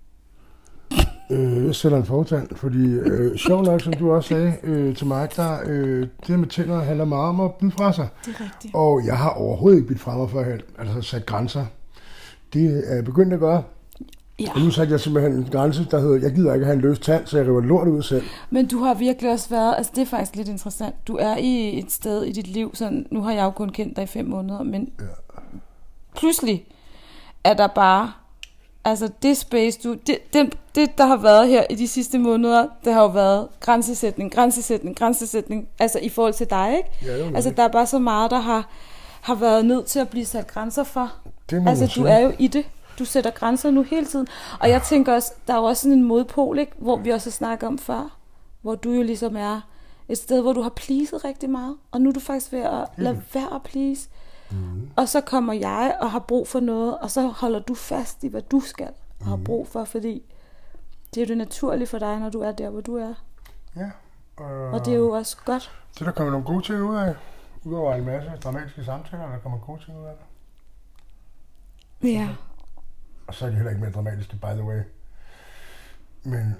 Jeg sætter en fortand, fordi sjovt nok, som du også sagde til mig, der det med tænder handler meget om at bide fra sig. Det er rigtigt. Og jeg har overhovedet ikke bidt fra mig førhen, altså sat grænser. Det er jeg begyndt at gøre. Ja. Og nu satte jeg simpelthen en grænse, der hedder, jeg gider ikke have en løs tand, så jeg river lort ud selv. Men du har virkelig også været, altså det er faktisk lidt interessant, du er i et sted i dit liv, sådan, nu har jeg jo kun kendt dig i 5 måneder, men pludselig er der bare, altså det space, det der har været her i de sidste måneder, det har jo været grænsesætning, altså i forhold til dig, ikke? Ja, altså der er bare så meget, der har været nødt til at blive sat grænser for. Altså du er jo i det. Du sætter grænser nu hele tiden. Og jeg tænker også, der er jo også sådan en modpol, ikke? Hvor vi også har snakket om før, hvor du jo ligesom er et sted, hvor du har pleaset rigtig meget, og nu er du faktisk ved at lade være at please. Og så kommer jeg og har brug for noget, og så holder du fast i, hvad du skal og har brug for, fordi det er jo det naturlige for dig, når du er der, hvor du er. Ja. Og det er jo også godt. Det der kommer nogle gode ting ud af. Udover en masse dramatiske samtaler, der kommer gode ting ud af det. Ja. Og så er de heller ikke mere dramatiske, by the way. Men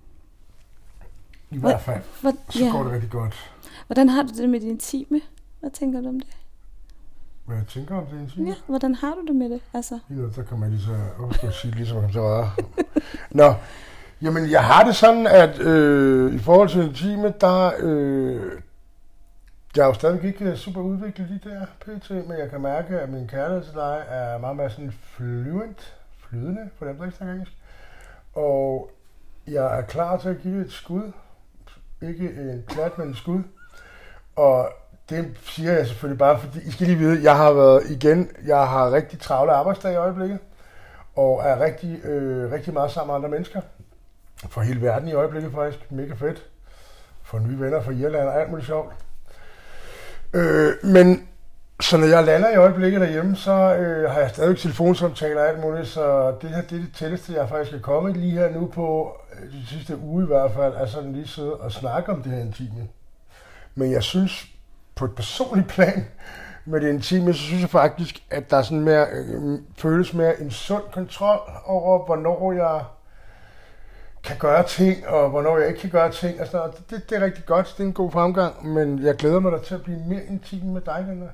i hvert fald, så går det rigtig godt. Hvordan har du det med det intime? Hvad tænker du om det? Hvad jeg tænker om det intime? Ja, hvordan har du det med det? Altså? Der kan man lige så, skal jeg sige, ligesom man kan så røre. Nå, jamen jeg har det sådan, at i forhold til intime, der jeg er jo stadig ikke super udviklet de der pt, men jeg kan mærke, at min kærlighed til dig er meget mere sådan flydende, for dem, der ikke snakker engelsk. Og jeg er klar til at give det et skud. Ikke en klat, men et skud. Og det siger jeg selvfølgelig bare, fordi I skal lige vide, jeg har rigtig travle arbejdsdage i øjeblikket, og er rigtig meget sammen med andre mennesker. For hele verden i øjeblikket faktisk. Mega fedt. For nye venner fra Irland og alt muligt sjovt. Men så når jeg lander i øjeblikket derhjemme, så har jeg stadig telefonsamtaler og alt muligt, så det her det er det tætteste, jeg faktisk er kommet lige her nu på de sidste uge i hvert fald, er sådan lige sidde og snakke om det her intime. Men jeg synes, på et personligt plan med det intime, så synes jeg faktisk, at der er sådan mere, føles mere en sund kontrol over, hvornår jeg kan gøre ting, og hvornår jeg ikke kan gøre ting. Altså, det er rigtig godt, det er en god fremgang, men jeg glæder mig da til at blive mere intim med dig, Linda.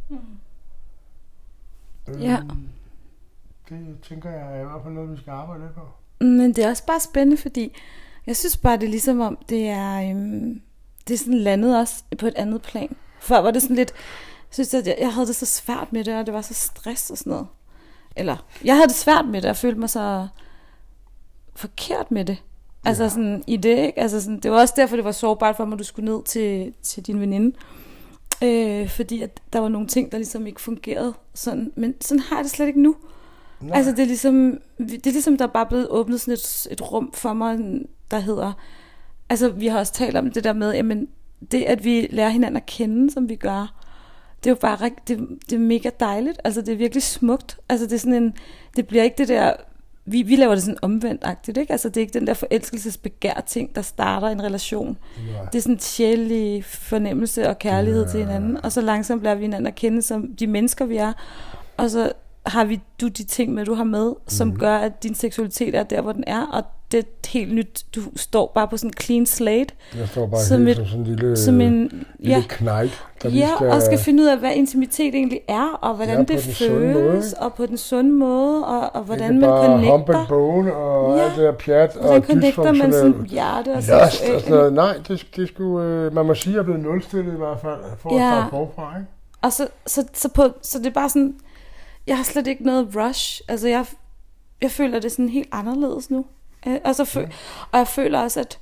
Ja. Det tænker jeg er i hvert fald noget, vi skal arbejde lidt på. Men det er også bare spændende, fordi jeg synes bare, det er ligesom om, det er sådan landet også på et andet plan. Før var det sådan lidt, jeg synes, at jeg havde det så svært med det, og det var så stress og sådan noget. Eller, jeg havde det svært med det, og følte mig så forkert med det. Altså sådan i det, ikke? Altså sådan, det var også derfor, det var sårbart for mig, at du skulle ned til din veninde. Fordi at der var nogle ting, der ligesom ikke fungerede sådan. Men sådan har jeg det slet ikke nu. Nej. Altså det er ligesom der er bare blevet åbnet sådan et rum for mig, der hedder, altså vi har også talt om det der med, jamen det at vi lærer hinanden at kende, som vi gør, det er jo bare det er mega dejligt. Altså det er virkelig smukt. Altså det er sådan det bliver ikke det der, vi laver det sådan omvendt-agtigt, ikke? Altså det er ikke den der forelskelsesbegær ting, der starter en relation. Ja. Det er sådan en sjældent fornemmelse og kærlighed til hinanden, og så langsomt bliver vi hinanden at kende som de mennesker vi er, og så har du de ting med, du har med, som gør, at din seksualitet er der, hvor den er, og det er helt nyt. Du står bare på sådan en clean slate. Jeg står bare som helt som sådan en lille knægt, og skal finde ud af, hvad intimitet egentlig er, og hvordan det føles, og på den sunde måde, og hvordan man connecter. Hump and bone, og alt det der pjat, og connecter man sådan hjerte og seksuelt. Nej, det skulle, man må sige, at jeg er blevet nulstillet i hvert fald, for at starte forfra, ikke? Og så det er bare sådan, jeg har slet ikke noget rush, altså jeg føler det sådan helt anderledes nu, og jeg føler også, at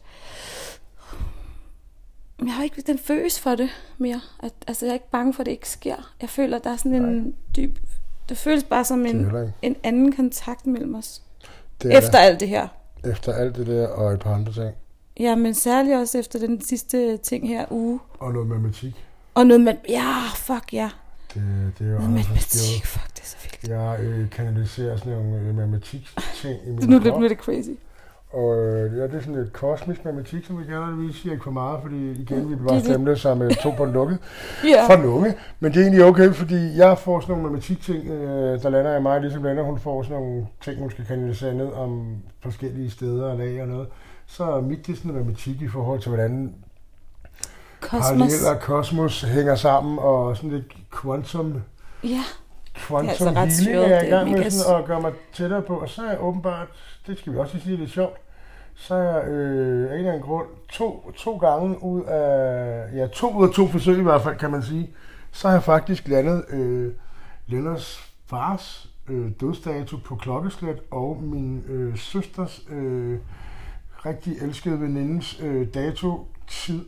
jeg har ikke den følelse for det mere. Altså, jeg er ikke bange for, at det ikke sker. Jeg føler, at der er sådan en dyb... Det føles bare som en anden kontakt mellem os. Efter alt det her. Efter alt det der, og et par andre ting. Ja, men særligt også efter den sidste ting her uge. Og noget matematik. Og noget med... Ja, fuck ja. Det er jo noget matematik, fuck, det er så vildt. Jeg kanaliserer sådan nogle matematik-ting i min krop. Nu bliver det crazy. Og det er sådan lidt kosmisk matematik, som vi kalder det. Vi siger ikke for meget, fordi igen, vi bare stemte sammen med 2 på en lukket for den unge. Men det er egentlig okay, fordi jeg får sådan nogle matematik-ting, der lander i mig, ligesom lander. Hun får sådan nogle ting, hun skal kanalisere ned om forskellige steder og lag og noget. Så er mit det sådan matematik i forhold til, hvordan paralleller kosmos hænger sammen, og sådan lidt quantum. Ja. Quantum healing er jeg i gang med sådan at gøre mig tættere på, og så er jeg åbenbart, det skal vi også sige lidt sjovt, så er jeg af en eller anden grund to gange ud af, 2 ud af 2 forsøg i hvert fald, kan man sige, så har jeg faktisk landet Lennarts fars dødsdato på klokkeslæt, og min søsters rigtig elskede venindens dato-tid.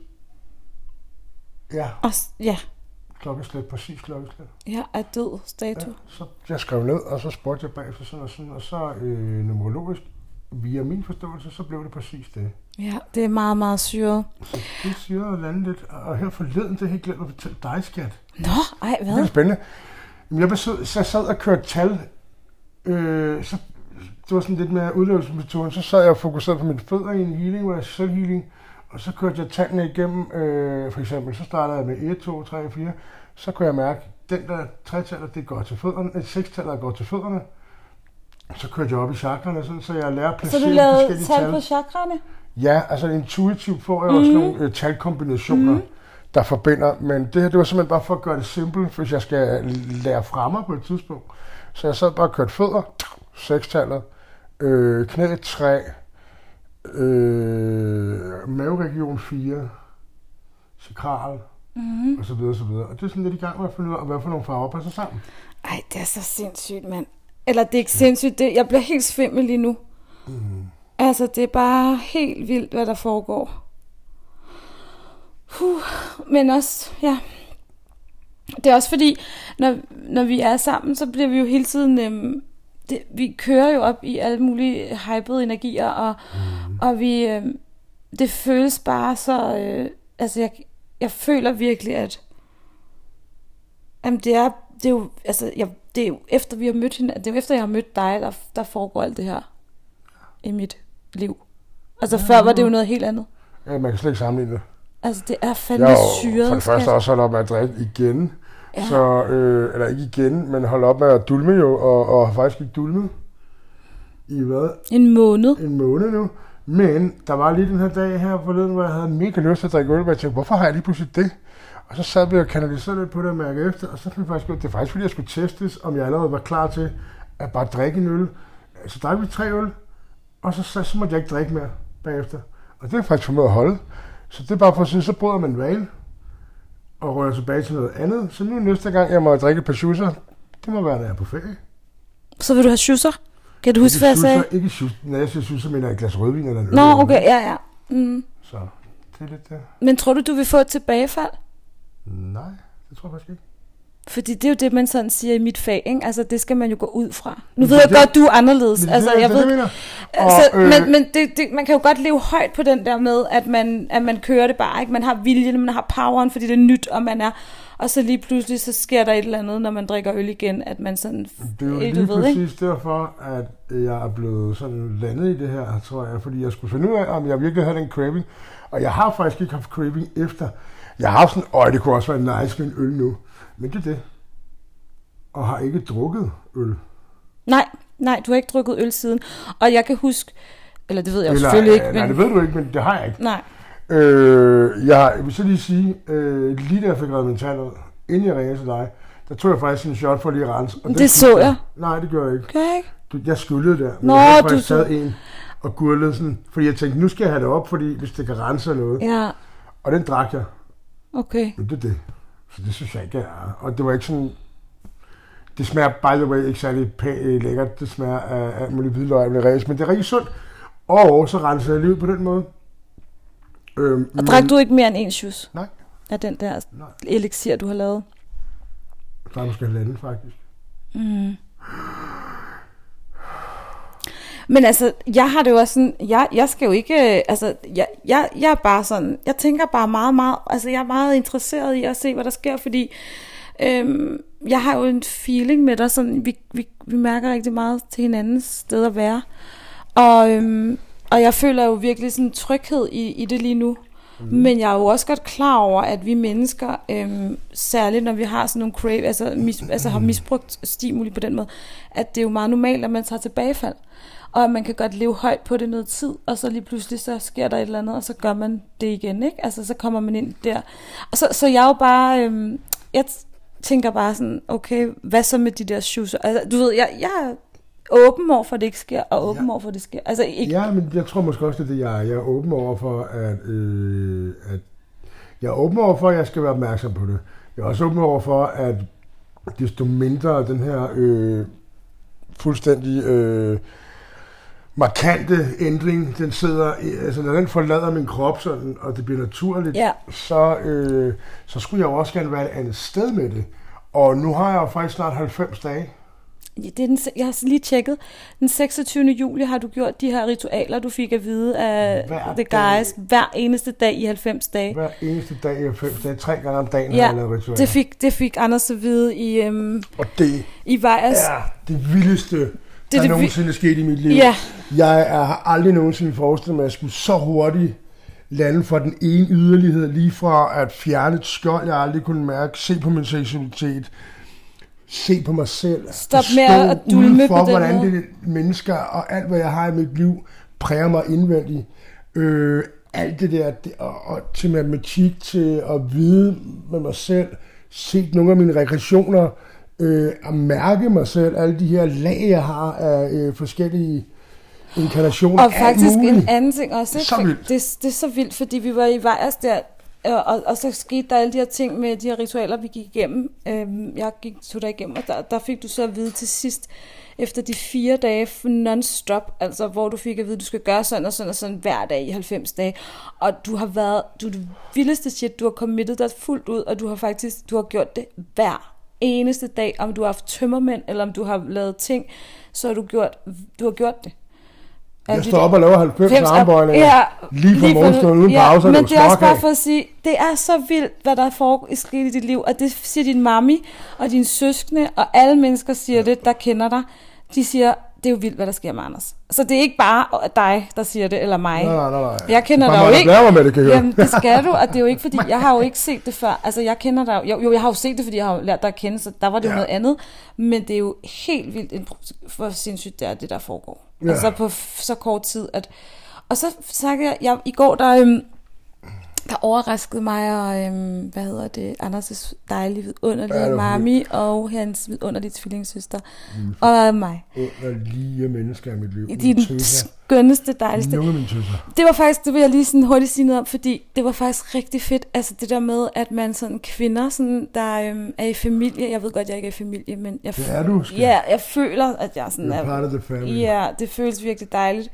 Ja. Klokkeslæt, præcis klokkeslæt. Ja, er død dato. Ja, så jeg skrev ned, og så spurgte jeg bagefter sådan, og så numerologisk, via min forståelse, så blev det præcis det. Ja, det er meget, meget syret. Så det er syret at lande lidt, og her forleden, det er helt glemt at fortælle dig, skat. Nå, ej, hvad? Det er spændende. Jeg sad og kørte tal, så det var sådan lidt mere udlevelsesmetoden, så sad jeg og fokuserede på mine fødder i en healing, hvor jeg selvhealing, og så kørte jeg tallene igennem, for eksempel, så startede jeg med 1, 2, 3, 4, så kunne jeg mærke, den der 3-taller, det går til fødderne, 6-taller går til fødderne, så kørte jeg op i chakrene, sådan, så jeg lærer at placere forskellige tal. Så du lavede tal på chakrene? Ja, altså intuitivt får jeg også nogle talkombinationer, der forbinder, men det var simpelthen bare for at gøre det simpelt, hvis jeg skal lære fremmer på et tidspunkt. Så jeg sad bare og kørte fødder, 6-taller, knæ 3, maveregion 4, sakral, og så videre, så videre. Og det er sådan lidt i gang med at finde ud af, hvad for nogle farver passer sammen. Ej, det er så sindssygt, mand. Eller det er ikke sindssygt, jeg bliver helt svimmel lige nu. Altså, det er bare helt vildt, hvad der foregår. Men også, ja. Det er også fordi, når vi er sammen, så bliver vi jo hele tiden... vi kører jo op i alle mulige hypede energier, og vi... det føles bare så... altså, jeg føler virkelig, at... Jamen, det er jo... Altså, det er jo efter, vi har mødt hende... Det er jo efter, jeg har mødt dig, der foregår alt det her i mit liv. Altså, før var det jo noget helt andet. Ja, man kan slet ikke sammenligne det. Altså, det er fandme syret. For det første også holde op med at drikke igen. Ja. Så, eller ikke igen, men holde op med at dulme jo, og har faktisk ikke dulmet i hvad? En måned nu. Men der var lige den her dag her forleden, hvor jeg havde mega lyst til at drikke øl, og jeg tænkte, hvorfor har jeg lige pludselig det? Og så sad vi og kanaliserede lidt på det og mærke efter, og så fandt jeg faktisk ud, det er faktisk fordi, jeg skulle testes, om jeg allerede var klar til at bare drikke en øl. Så drak vi 3 øl, og så måtte jeg ikke drikke mere bagefter. Og det er faktisk formået at holde. Så det er bare for at sige, så bryder man en vane og rører tilbage til noget andet. Så nu næste gang, jeg må drikke et par schusser, det må være, når jeg er på ferie. Så vil du have schusser? Kan du huske, hvad jeg sagde? Ikke schusser. Når jeg siger schusser, mener jeg et glas rødvin eller en øl. Nå, okay, ja. Så det er lidt det. Men tror du vil få et tilbagefald? Nej, det tror jeg faktisk ikke. Fordi det er jo det, man sådan siger i mit fag, ikke? Altså, det skal man jo gå ud fra. Nu ved jeg godt, du er anderledes. Altså, jeg ved... Men man kan jo godt leve højt på den der med, at man kører det bare, ikke? Man har viljen, man har poweren, fordi det er nyt, og man er... Og så lige pludselig, så sker der et eller andet, når man drikker øl igen, at man sådan... Det er jo lige præcis derfor, at jeg er blevet sådan landet i det her, tror jeg. Fordi jeg skulle finde ud af, om jeg virkelig havde den craving. Og jeg har faktisk ikke haft craving efter. Jeg har haft sådan, det kunne også være nice med en øl nu. Men det er det. Og har ikke drukket øl. Nej, du har ikke drukket øl siden. Og jeg kan huske, eller det ved jeg jo selvfølgelig ikke. Nej, det ved du ikke, men det har jeg ikke. Nej. Jeg vil så lige sige, lige da jeg fik reddet min tand ud, inden jeg ringede til dig, der tog jeg faktisk en shot for lige at rense. Og det så jeg. Nej, det gjorde jeg ikke. Gør jeg ikke? Jeg skyllede der. Men Nå, jeg havde faktisk taget en og gurlede sådan, fordi jeg tænkte, nu skal jeg have det op, fordi hvis det kan rense noget. Ja. Og den drak jeg. Okay. Men det er det. Så det synes jeg ikke, jeg er. Og det var ikke sådan... Det smager, by the way, ikke særlig lækkert. Det smager af alt muligt hvidløg med ræs, men det er rigtig sundt. Og så renser jeg livet på den måde. Og drak du ikke mere end en shoes? Nej. Af den der elixir, du har lavet? Der er måske halvanden, faktisk. Mm. Men altså, jeg har det jo også sådan, jeg skal jo ikke, altså, jeg er bare sådan, jeg tænker bare meget, altså jeg er meget interesseret i at se, hvad der sker, fordi jeg har jo en feeling med dig, sådan, vi mærker rigtig meget til hinandens sted at være, og jeg føler jo virkelig sådan tryghed i det lige nu. Men jeg er jo også godt klar over, at vi mennesker, særligt når vi har sådan nogle crave, altså har misbrugt stimuli på den måde, at det er jo meget normalt, at man tager tilbagefald. Og man kan godt leve højt på det noget tid, og så lige pludselig så sker der et eller andet, og så gør man det igen, ikke? Altså så kommer man ind der. Og så jeg er jo bare, jeg tænker bare sådan, okay, hvad så med de der shoes? Altså du ved, jeg er åben over for, at det ikke sker, og åben over for, at det sker. Altså, ikke... Ja, men jeg tror måske også, det er det, jeg er. Jeg er åben over for, at jeg er åben over for, at jeg skal være opmærksom på det. Jeg er også åben over for, at desto mindre den her fuldstændig markante ændring, den sidder, altså når den forlader min krop sådan, og det bliver naturligt, så skulle jeg jo også gerne være et andet sted med det. Og nu har jeg jo faktisk snart 90 dage. Jeg har lige tjekket. Den 26. juli har du gjort de her ritualer, du fik at vide af The Guys hver eneste dag i 90 dage. Hver eneste dag i 90 dage. 3 gange om dagen har jeg lavet ritualer. Det fik Anders at vide og det i Vejers. Er det vildeste, der nogensinde er sket i mit liv. Ja. Jeg har aldrig nogensinde forestillet mig, at jeg skulle så hurtigt lande fra den ene yderlighed, lige fra at fjerne et skjold, jeg aldrig kunne mærke, se på min seksualitet, se på mig selv, stop med at dulme på den hvordan det mennesker og alt, hvad jeg har i mit liv, præger mig indvendigt. Alt det der, og til matematik, til at vide med mig selv, se nogle af mine regressioner, at mærke mig selv, alle de her lag, jeg har af forskellige inkarnationer. Og faktisk en anden ting også, ikke? Så vildt. Det er så vildt, fordi vi var i Vejers der, og så skete der alle de her ting med de her ritualer, vi gik igennem. Jeg tog dig igennem, og der fik du så at vide til sidst, efter de 4 dage non-stop, altså hvor du fik at vide, at du skal gøre sådan og sådan og sådan hver dag i 90 dage. Og du har været, det vildeste shit, du har committet dig fuldt ud, og du har gjort det hver eneste dag, om du har haft tømmermænd, eller om du har lavet ting, så har du har gjort det. Jeg står op og laver 90 armbøjninger, lige fra morgenstunden uden pauser. Men det er også bare for at sige, det er så vildt, hvad der foregår i dit liv, og det siger din mami og dine søskende, og alle mennesker siger det, der kender dig. De siger, det er jo vildt, hvad der sker med Anders. Så det er ikke bare dig, der siger det, eller mig. Nej. Jeg kender dig jo ikke. Med det, kan jamen, det skal du, og det er jo ikke, fordi jeg har jo ikke set det før. Altså, jeg kender dig jo, jeg har jo set det, fordi jeg har lært dig at kende, så der var det jo noget andet. Men det er jo helt vildt, for sindssygt, det der foregår. Ja. Altså på så kort tid. Og så sagde jeg i går, der overraskede mig, og Anders' dejlige vidunderlige mami, og hans vidunderlige tvillingssøster, og mig. Underlige mennesker i mit liv. De er den skønneste, dejligste. Det var faktisk, det vil jeg lige sådan hurtigt sige noget om, fordi det var faktisk rigtig fedt, altså det der med, at man sådan kvinder, sådan, der er i familie, jeg ved godt, jeg ikke er i familie, men jeg det er du, ja, jeg føler, at jeg sådan er part of the family. Ja, det føles virkelig dejligt.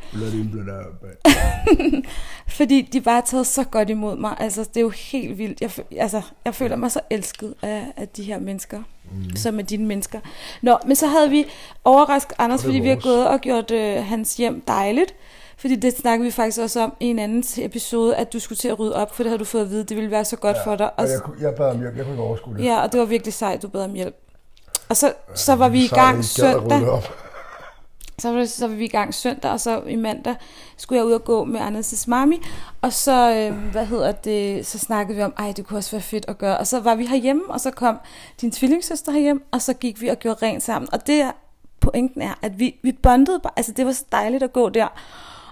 Fordi de bare har taget så godt imod mig. Altså, det er jo helt vildt. Jeg føler mig så elsket af de her mennesker, som er dine mennesker. Nå, men så havde vi overrasket Anders, fordi vi har gået og gjort hans hjem dejligt. Fordi det snakkede vi faktisk også om i en anden episode, at du skulle til at rydde op, for det havde du fået at vide, det ville være så godt for dig. Og jeg bad om hjælp, jeg kunne ikke overskue det. Ja, og det var virkelig sejt, du bad om hjælp. Og så var vi i gang søndag. Så var vi i gang søndag, og så i mandag skulle jeg ud og gå med Anders' mami, og så, så snakkede vi om, det kunne også være fedt at gøre, og så var vi herhjemme, og så kom din tvillingssøster herhjemme, og så gik vi og gjorde rent sammen, og det pointen er, at vi bondede bare, altså det var så dejligt at gå der,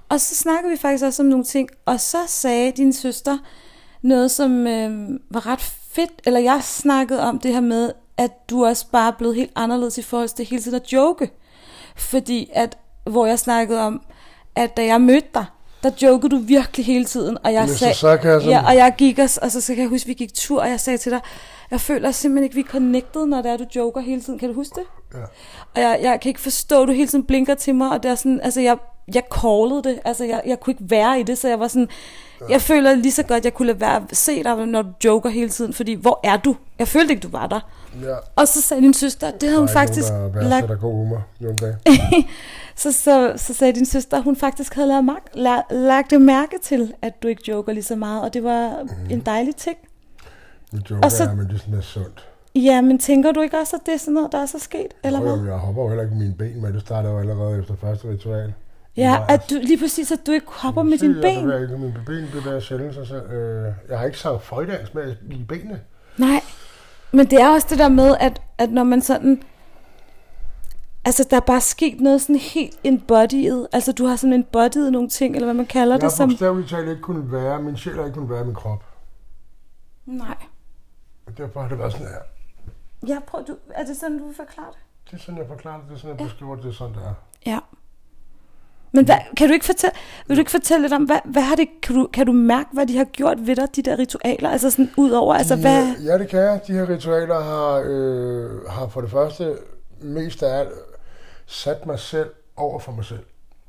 Og så snakkede vi faktisk også om nogle ting, og så sagde din søster noget, som var ret fedt, eller jeg snakkede om det her med, at du også bare er blevet helt anderledes i forhold til det hele tiden at joke. Fordi at, hvor jeg snakkede om, at da jeg mødte dig, der jokede du virkelig hele tiden, og jeg og jeg gik og så kan jeg huske, at vi gik tur, og jeg sagde til dig, jeg føler simpelthen ikke, vi er connected, når det er, du joker hele tiden. Kan du huske det? Ja. Og jeg kan ikke forstå, at du hele tiden blinker til mig, og det er sådan, altså jeg callede det, altså jeg kunne ikke være i det, så jeg var sådan, jeg føler lige så godt, jeg kunne lade være at se dig, når du joker hele tiden, fordi hvor er du? Jeg følte ikke, du var der. Ja. Og så sagde din søster, det havde hun faktisk lagt god humor nogle dage. så sagde din søster, hun faktisk havde lagt det mærke til, at du ikke joker lige så meget, og det var en dejlig ting. Nu joker så, men det er sådan lidt sundt. Ja, men tænker du ikke også, at det er sådan noget, der er så sket? Eller hvad? Jeg hopper jo heller ikke med mine ben, men det starter jo allerede efter første ritual. Ja, at du, lige præcis, at du ikke hopper med dine ben. Jeg bevæger ikke mine ben, det bevæger sjældent sig selv. Jeg har ikke sagt fløjdans med i benene. Nej, men det er også det der med, at når man sådan... Altså, der er bare sket noget sådan helt embodied. Altså, du har sådan embodied nogle ting, eller hvad man kalder det som... Jeg har bogstaveligt talt ikke kunnet være, min sjæl har ikke kunnet være min krop. Nej. Og derfor har det været sådan her. Ja, er det sådan, du vil forklare det? Det er sådan, jeg forklarer det. Det er sådan, jeg beskriver det. Det er sådan, det er. Ja. Men kan du ikke fortælle lidt om, hvad har det, kan du mærke, hvad de har gjort ved dig, de der ritualer? Altså sådan ud over, altså hvad... Ja, det kan jeg. De her ritualer har for det første mest af alt sat mig selv over for mig selv.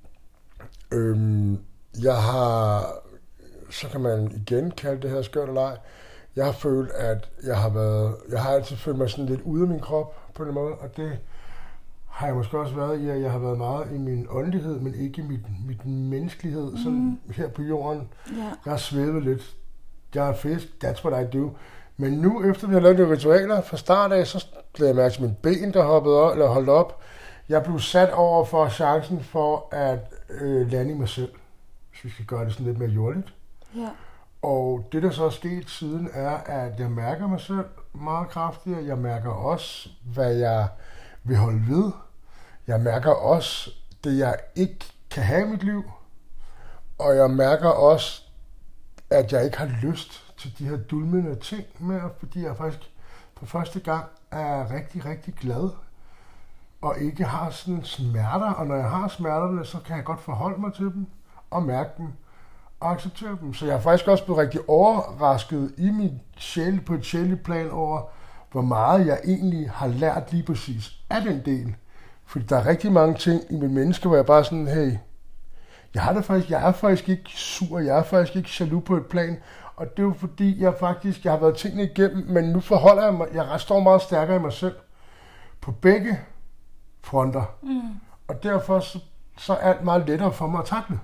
Jeg har, så kan man igen kalde det her skørt eller ej, jeg har følt, at jeg har altid følt mig sådan lidt ude af min krop på en måde, og det har jeg måske også været i, at jeg har været meget i min åndelighed, men ikke i mit menneskelighed, sådan her på jorden. Yeah. Jeg har svævet lidt. Jeg er fisk, that's what I do. Men nu, efter vi har lavet de ritualer fra start af, så lagde jeg mærke til mine ben, der hoppede op, eller holdt op. Jeg blev sat over for chancen for at lande i mig selv, hvis vi skal gøre det sådan lidt mere jordligt. Yeah. Og det, der så er sket siden, er, at jeg mærker mig selv meget kraftigere. Jeg mærker også, hvad jeg vil holde ved. Jeg mærker også det, jeg ikke kan have i mit liv. Og jeg mærker også, at jeg ikke har lyst til de her dulmende ting mere, fordi jeg faktisk for første gang er rigtig, rigtig glad. Og ikke har sådan smerter. Og når jeg har smerterne, så kan jeg godt forholde mig til dem og mærke dem og acceptere dem. Så jeg er faktisk også blevet rigtig overrasket i min sjæl på et sjældent plan over, hvor meget jeg egentlig har lært lige præcis af den del. Fordi der er rigtig mange ting i mit menneske, hvor jeg bare sådan, hey, jeg er faktisk ikke sur, jeg er faktisk ikke jaloux på et plan, og det er jo fordi, jeg har været tingene igennem, men nu forholder jeg mig, jeg står meget stærkere i mig selv, på begge fronter. Og derfor så er alt meget lettere for mig at takle.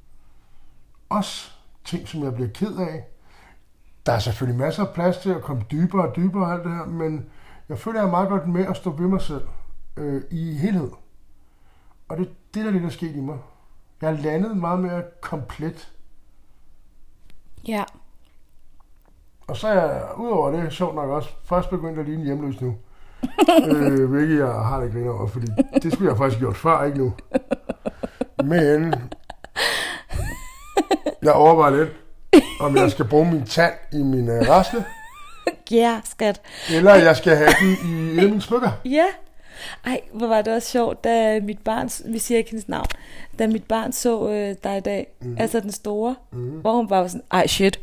Også ting, som jeg bliver ked af. Der er selvfølgelig masser af plads til at komme dybere og dybere og alt det her, men jeg føler, jeg er meget godt med at stå ved mig selv i helhed. Og det er det, der lidt er sket i mig. Jeg har landet meget mere komplet. Ja. Og så er jeg, udover det, sjovt nok også, først begyndt at ligne hjemløs nu. Hvilket jeg har det griner over, fordi det skulle jeg faktisk gjort før, ikke nu. Men jeg overvejer lidt, om jeg skal bruge min tand i min rasle. Ja, skat. Eller jeg skal have den i mine smykker. Ja. Ej, hvor var det også sjovt, da mit barn, vi siger ikke hendes navn, da mit barn så dig i dag, altså den store, hvor hun bare var sådan, ej shit.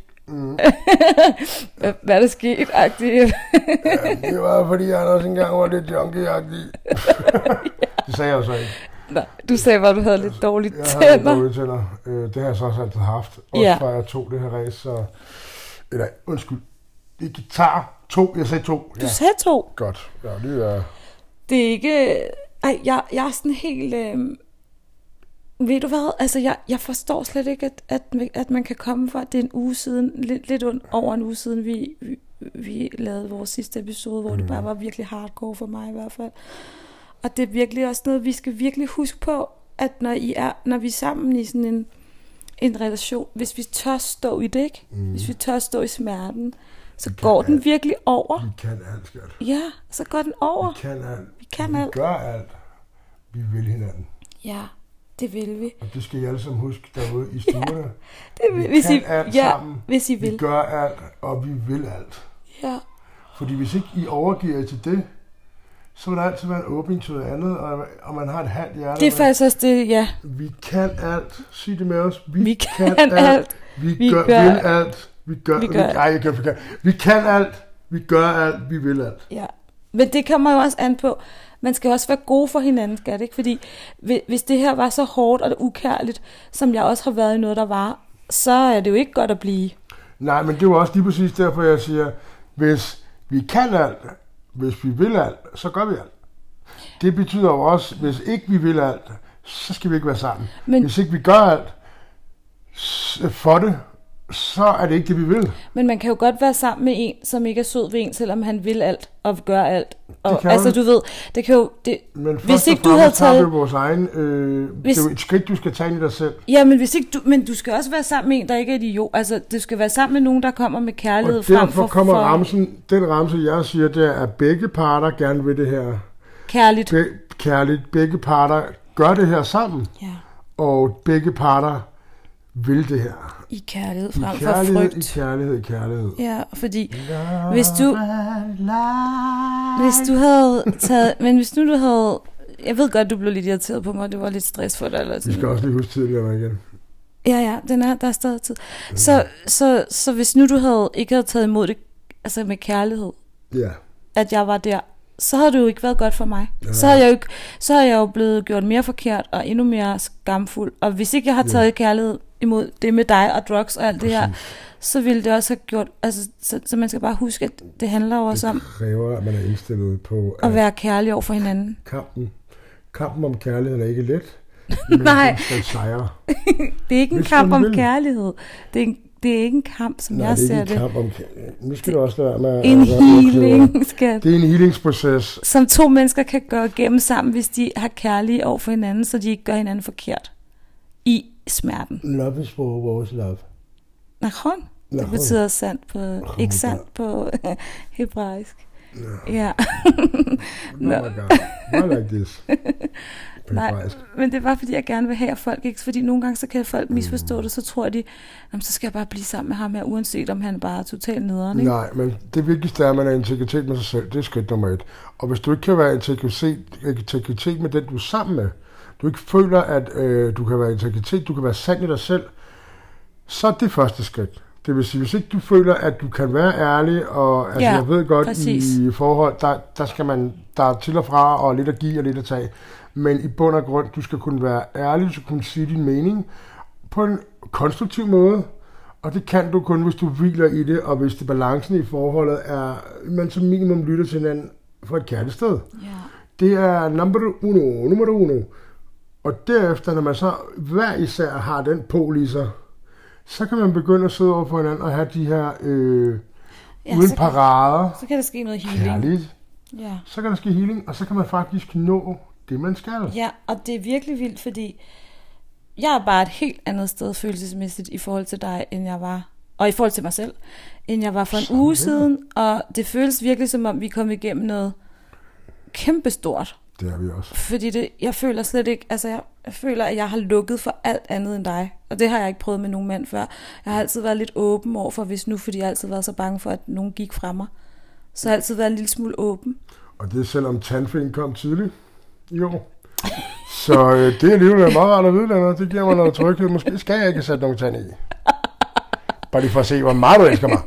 Hvad er der sket? Ja, det var fordi jeg også engang var lidt junkie-agtig. Det sagde jeg jo så ikke. Nej, du sagde bare, du havde lidt dårlige tænder. Jeg havde lidt dårlige tænder. Det har jeg så også altid haft. Også fra jeg tog det her race. Så... Eller, undskyld. Ikke guitar. 2. Jeg sagde 2. Du sagde 2? Godt. Ja, det er... Det er ikke... Ej, jeg er sådan helt... Ved du hvad? Altså, jeg forstår slet ikke, at man kan komme fra... Det er en uge siden, lidt over en uge siden, vi lavede vores sidste episode, hvor det bare var virkelig hardcore for mig i hvert fald. Og det er virkelig også noget, vi skal virkelig huske på, at når vi er sammen i sådan en relation, hvis vi tør stå i det, ikke? Hvis vi tør stå i smerten, så går den virkelig over. Vi kan alt, skat. Ja, så går den over. Vi kan alt. Vi kan alt. Vi gør alt. Vi vil hinanden. Ja, Det vil vi. Og det skal I alle sammen huske derude i stuerne. Hvis I alt sammen. Hvis I vil. Vi gør alt, og vi vil alt. Ja. Fordi hvis ikke I overgiver jer til det, så vil der altid være en åbning til noget andet, og man har et halvt hjerte. Det er faktisk også det, ja. Vi kan alt. Sig det med os. Vi kan alt. Vi gør alt. Vi kan alt. Vi gør alt. Vi vil alt. Ja. Men det kommer jo også an på, man skal også være gode for hinanden, skal det ikke? Fordi hvis det her var så hårdt og ukærligt, som jeg også har været i noget, der var, så er det jo ikke godt at blive. Nej, men det er jo også lige præcis derfor, jeg siger, hvis vi kan alt, hvis vi vil alt, så gør vi alt. Det betyder jo også, hvis ikke vi vil alt, så skal vi ikke være sammen. Men hvis ikke vi gør alt for det, så er det ikke det, vi vil. Men man kan jo godt være sammen med en, som ikke er sød ved en, selvom han vil alt og gør alt. Og, altså du ved, det kan jo... Men hvis ikke du havde taget... vores egen... det er jo et skridt, du skal tage i dig selv. Ja, men hvis ikke men du skal også være sammen med en, der ikke er idiot. Altså, du skal være sammen med nogen, der kommer med kærlighed frem for... Og derfor kommer den ramse, jeg siger, det er, at begge parter gerne vil det her. Kærligt. Kærligt. Begge parter gør det her sammen. Ja. Og begge parter vil det her. I kærlighed frem for frygt. I kærlighed. Ja, fordi hvis du havde taget... Men hvis nu du havde... Jeg ved godt, du blev lidt irriteret på mig, det var lidt stress for dig. Eller sådan. Vi skal også lige huske tidligere igen. Ja, der er stadig tid. Så hvis nu du ikke havde taget imod det, altså med kærlighed, at jeg var der, så havde det jo ikke været godt for mig. Ja. Så havde jeg jo blevet gjort mere forkert og endnu mere skamfuld. Og hvis ikke jeg har taget kærlighed imod det med dig og drugs og alt det her, så ville det også have gjort... Altså, så man skal bare huske, at det handler jo også om... Det kræver, at man er indstillet på... At være kærlig over for hinanden. Kampen om kærlighed er ikke let, men nej. Den skal sejre. Det er ikke en kamp om kærlighed. Det er ikke en kamp, som jeg ser det. Det er ikke en kamp om kærlighed. Nu skal du også lade med... En healing, skat. Det er en healingsproces. Som to mennesker kan gå igennem sammen, hvis de har kærlighed over for hinanden, så de ikke gør hinanden forkert. I smerten. Love is for vores love. Nachon. Det betyder sandt på... Ikke sandt på hebraisk. Ja. No. Oh my God. Why like this? Nej, men det er bare fordi jeg gerne vil have folk, ikke? Fordi nogle gange så kan folk misforstå det, så tror de, så skal jeg bare blive sammen med ham her, uanset om han bare er totalt nederen, ikke? Nej, men det vigtigste er, at man er integritet med sig selv. Det er skridt nummer 1. Og hvis du ikke kan være integritet med den, du er sammen med, du ikke føler, at du kan være integritet, du kan være sand i dig selv, så er det første skridt. Det vil sige, hvis ikke du føler, at du kan være ærlig, og altså, jeg ved godt, præcis. I forhold, der skal man, der er til og fra, og lidt at give og lidt at tage. Men i bund og grund, du skal kunne være ærlig, du skal kunne sige din mening på en konstruktiv måde. Og det kan du kun, hvis du hviler i det, og hvis det balancen i forholdet er, man som minimum lytter til hinanden fra et kærligt sted. Yeah. Det er nummer uno. Og derefter, når man så hver især har den pol i sig, så kan man begynde at sidde over for hinanden og have de her uden parader. Så kan der ske noget healing. Kærligt. Ja. Så kan der ske healing, og så kan man faktisk nå det, man skal. Ja, og det er virkelig vildt, fordi jeg er bare et helt andet sted følelsesmæssigt i forhold til dig, end jeg var. Og i forhold til mig selv, end jeg var for en uge siden. Og det føles virkelig, som om vi kom igennem noget kæmpestort. Det er vi også. Fordi jeg føler slet ikke, altså jeg føler, at jeg har lukket for alt andet end dig. Og det har jeg ikke prøvet med nogen mand før. Jeg har altid været lidt åben overfor, hvis nu, fordi jeg altid været så bange for, at nogen gik fra mig. Så jeg har altid været en lille smule åben. Og det er selvom tandfen kom tidligt i år. Så det er alligevel meget rart at vide, Lennart. Det giver mig noget tryghed. Måske skal jeg ikke have sat nogen tand i. Bare lige for at se, hvor meget du elsker mig.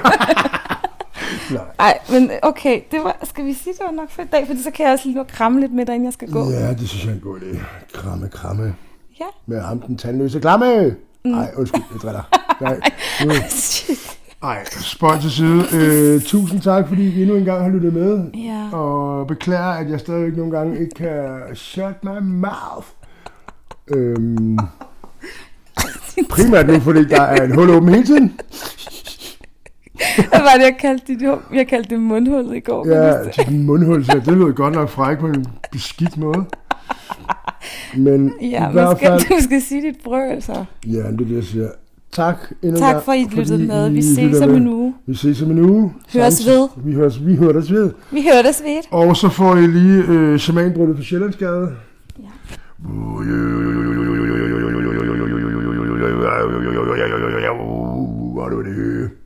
Nej, men okay, skal vi sige, det var nok for i dag, fordi så kan jeg også lige kramme lidt med dig, inden jeg skal gå. Ja, det synes jeg er en god idé. Kramme. Ja. Med ham den tandløse klamme. Nej, undskyld, jeg driller. Nej, spøj til side. Tusind tak, fordi I endnu en gang har lyttet med. Ja. Og beklager, at jeg stadigvæk nogle gange ikke kan shut my mouth. Primært nu, fordi der er en hul åben hele tiden. Hvad var det, jeg kaldte det mundhullet i går? Ja, det mundhul, så det lød godt nok fræk på en beskidt måde. Men ja, i hvert fald... Du skal sige dit brøl, så. Ja, det er det, jeg siger. Tak endnu tak for, at I lyttede med. Vi ses om en uge. Vi ses om en uge. Høres ved. Vi høres ved. Vi høres ved. Og så får I lige shamanbrødet på Sjællandsgade. Ja. Hvad er det?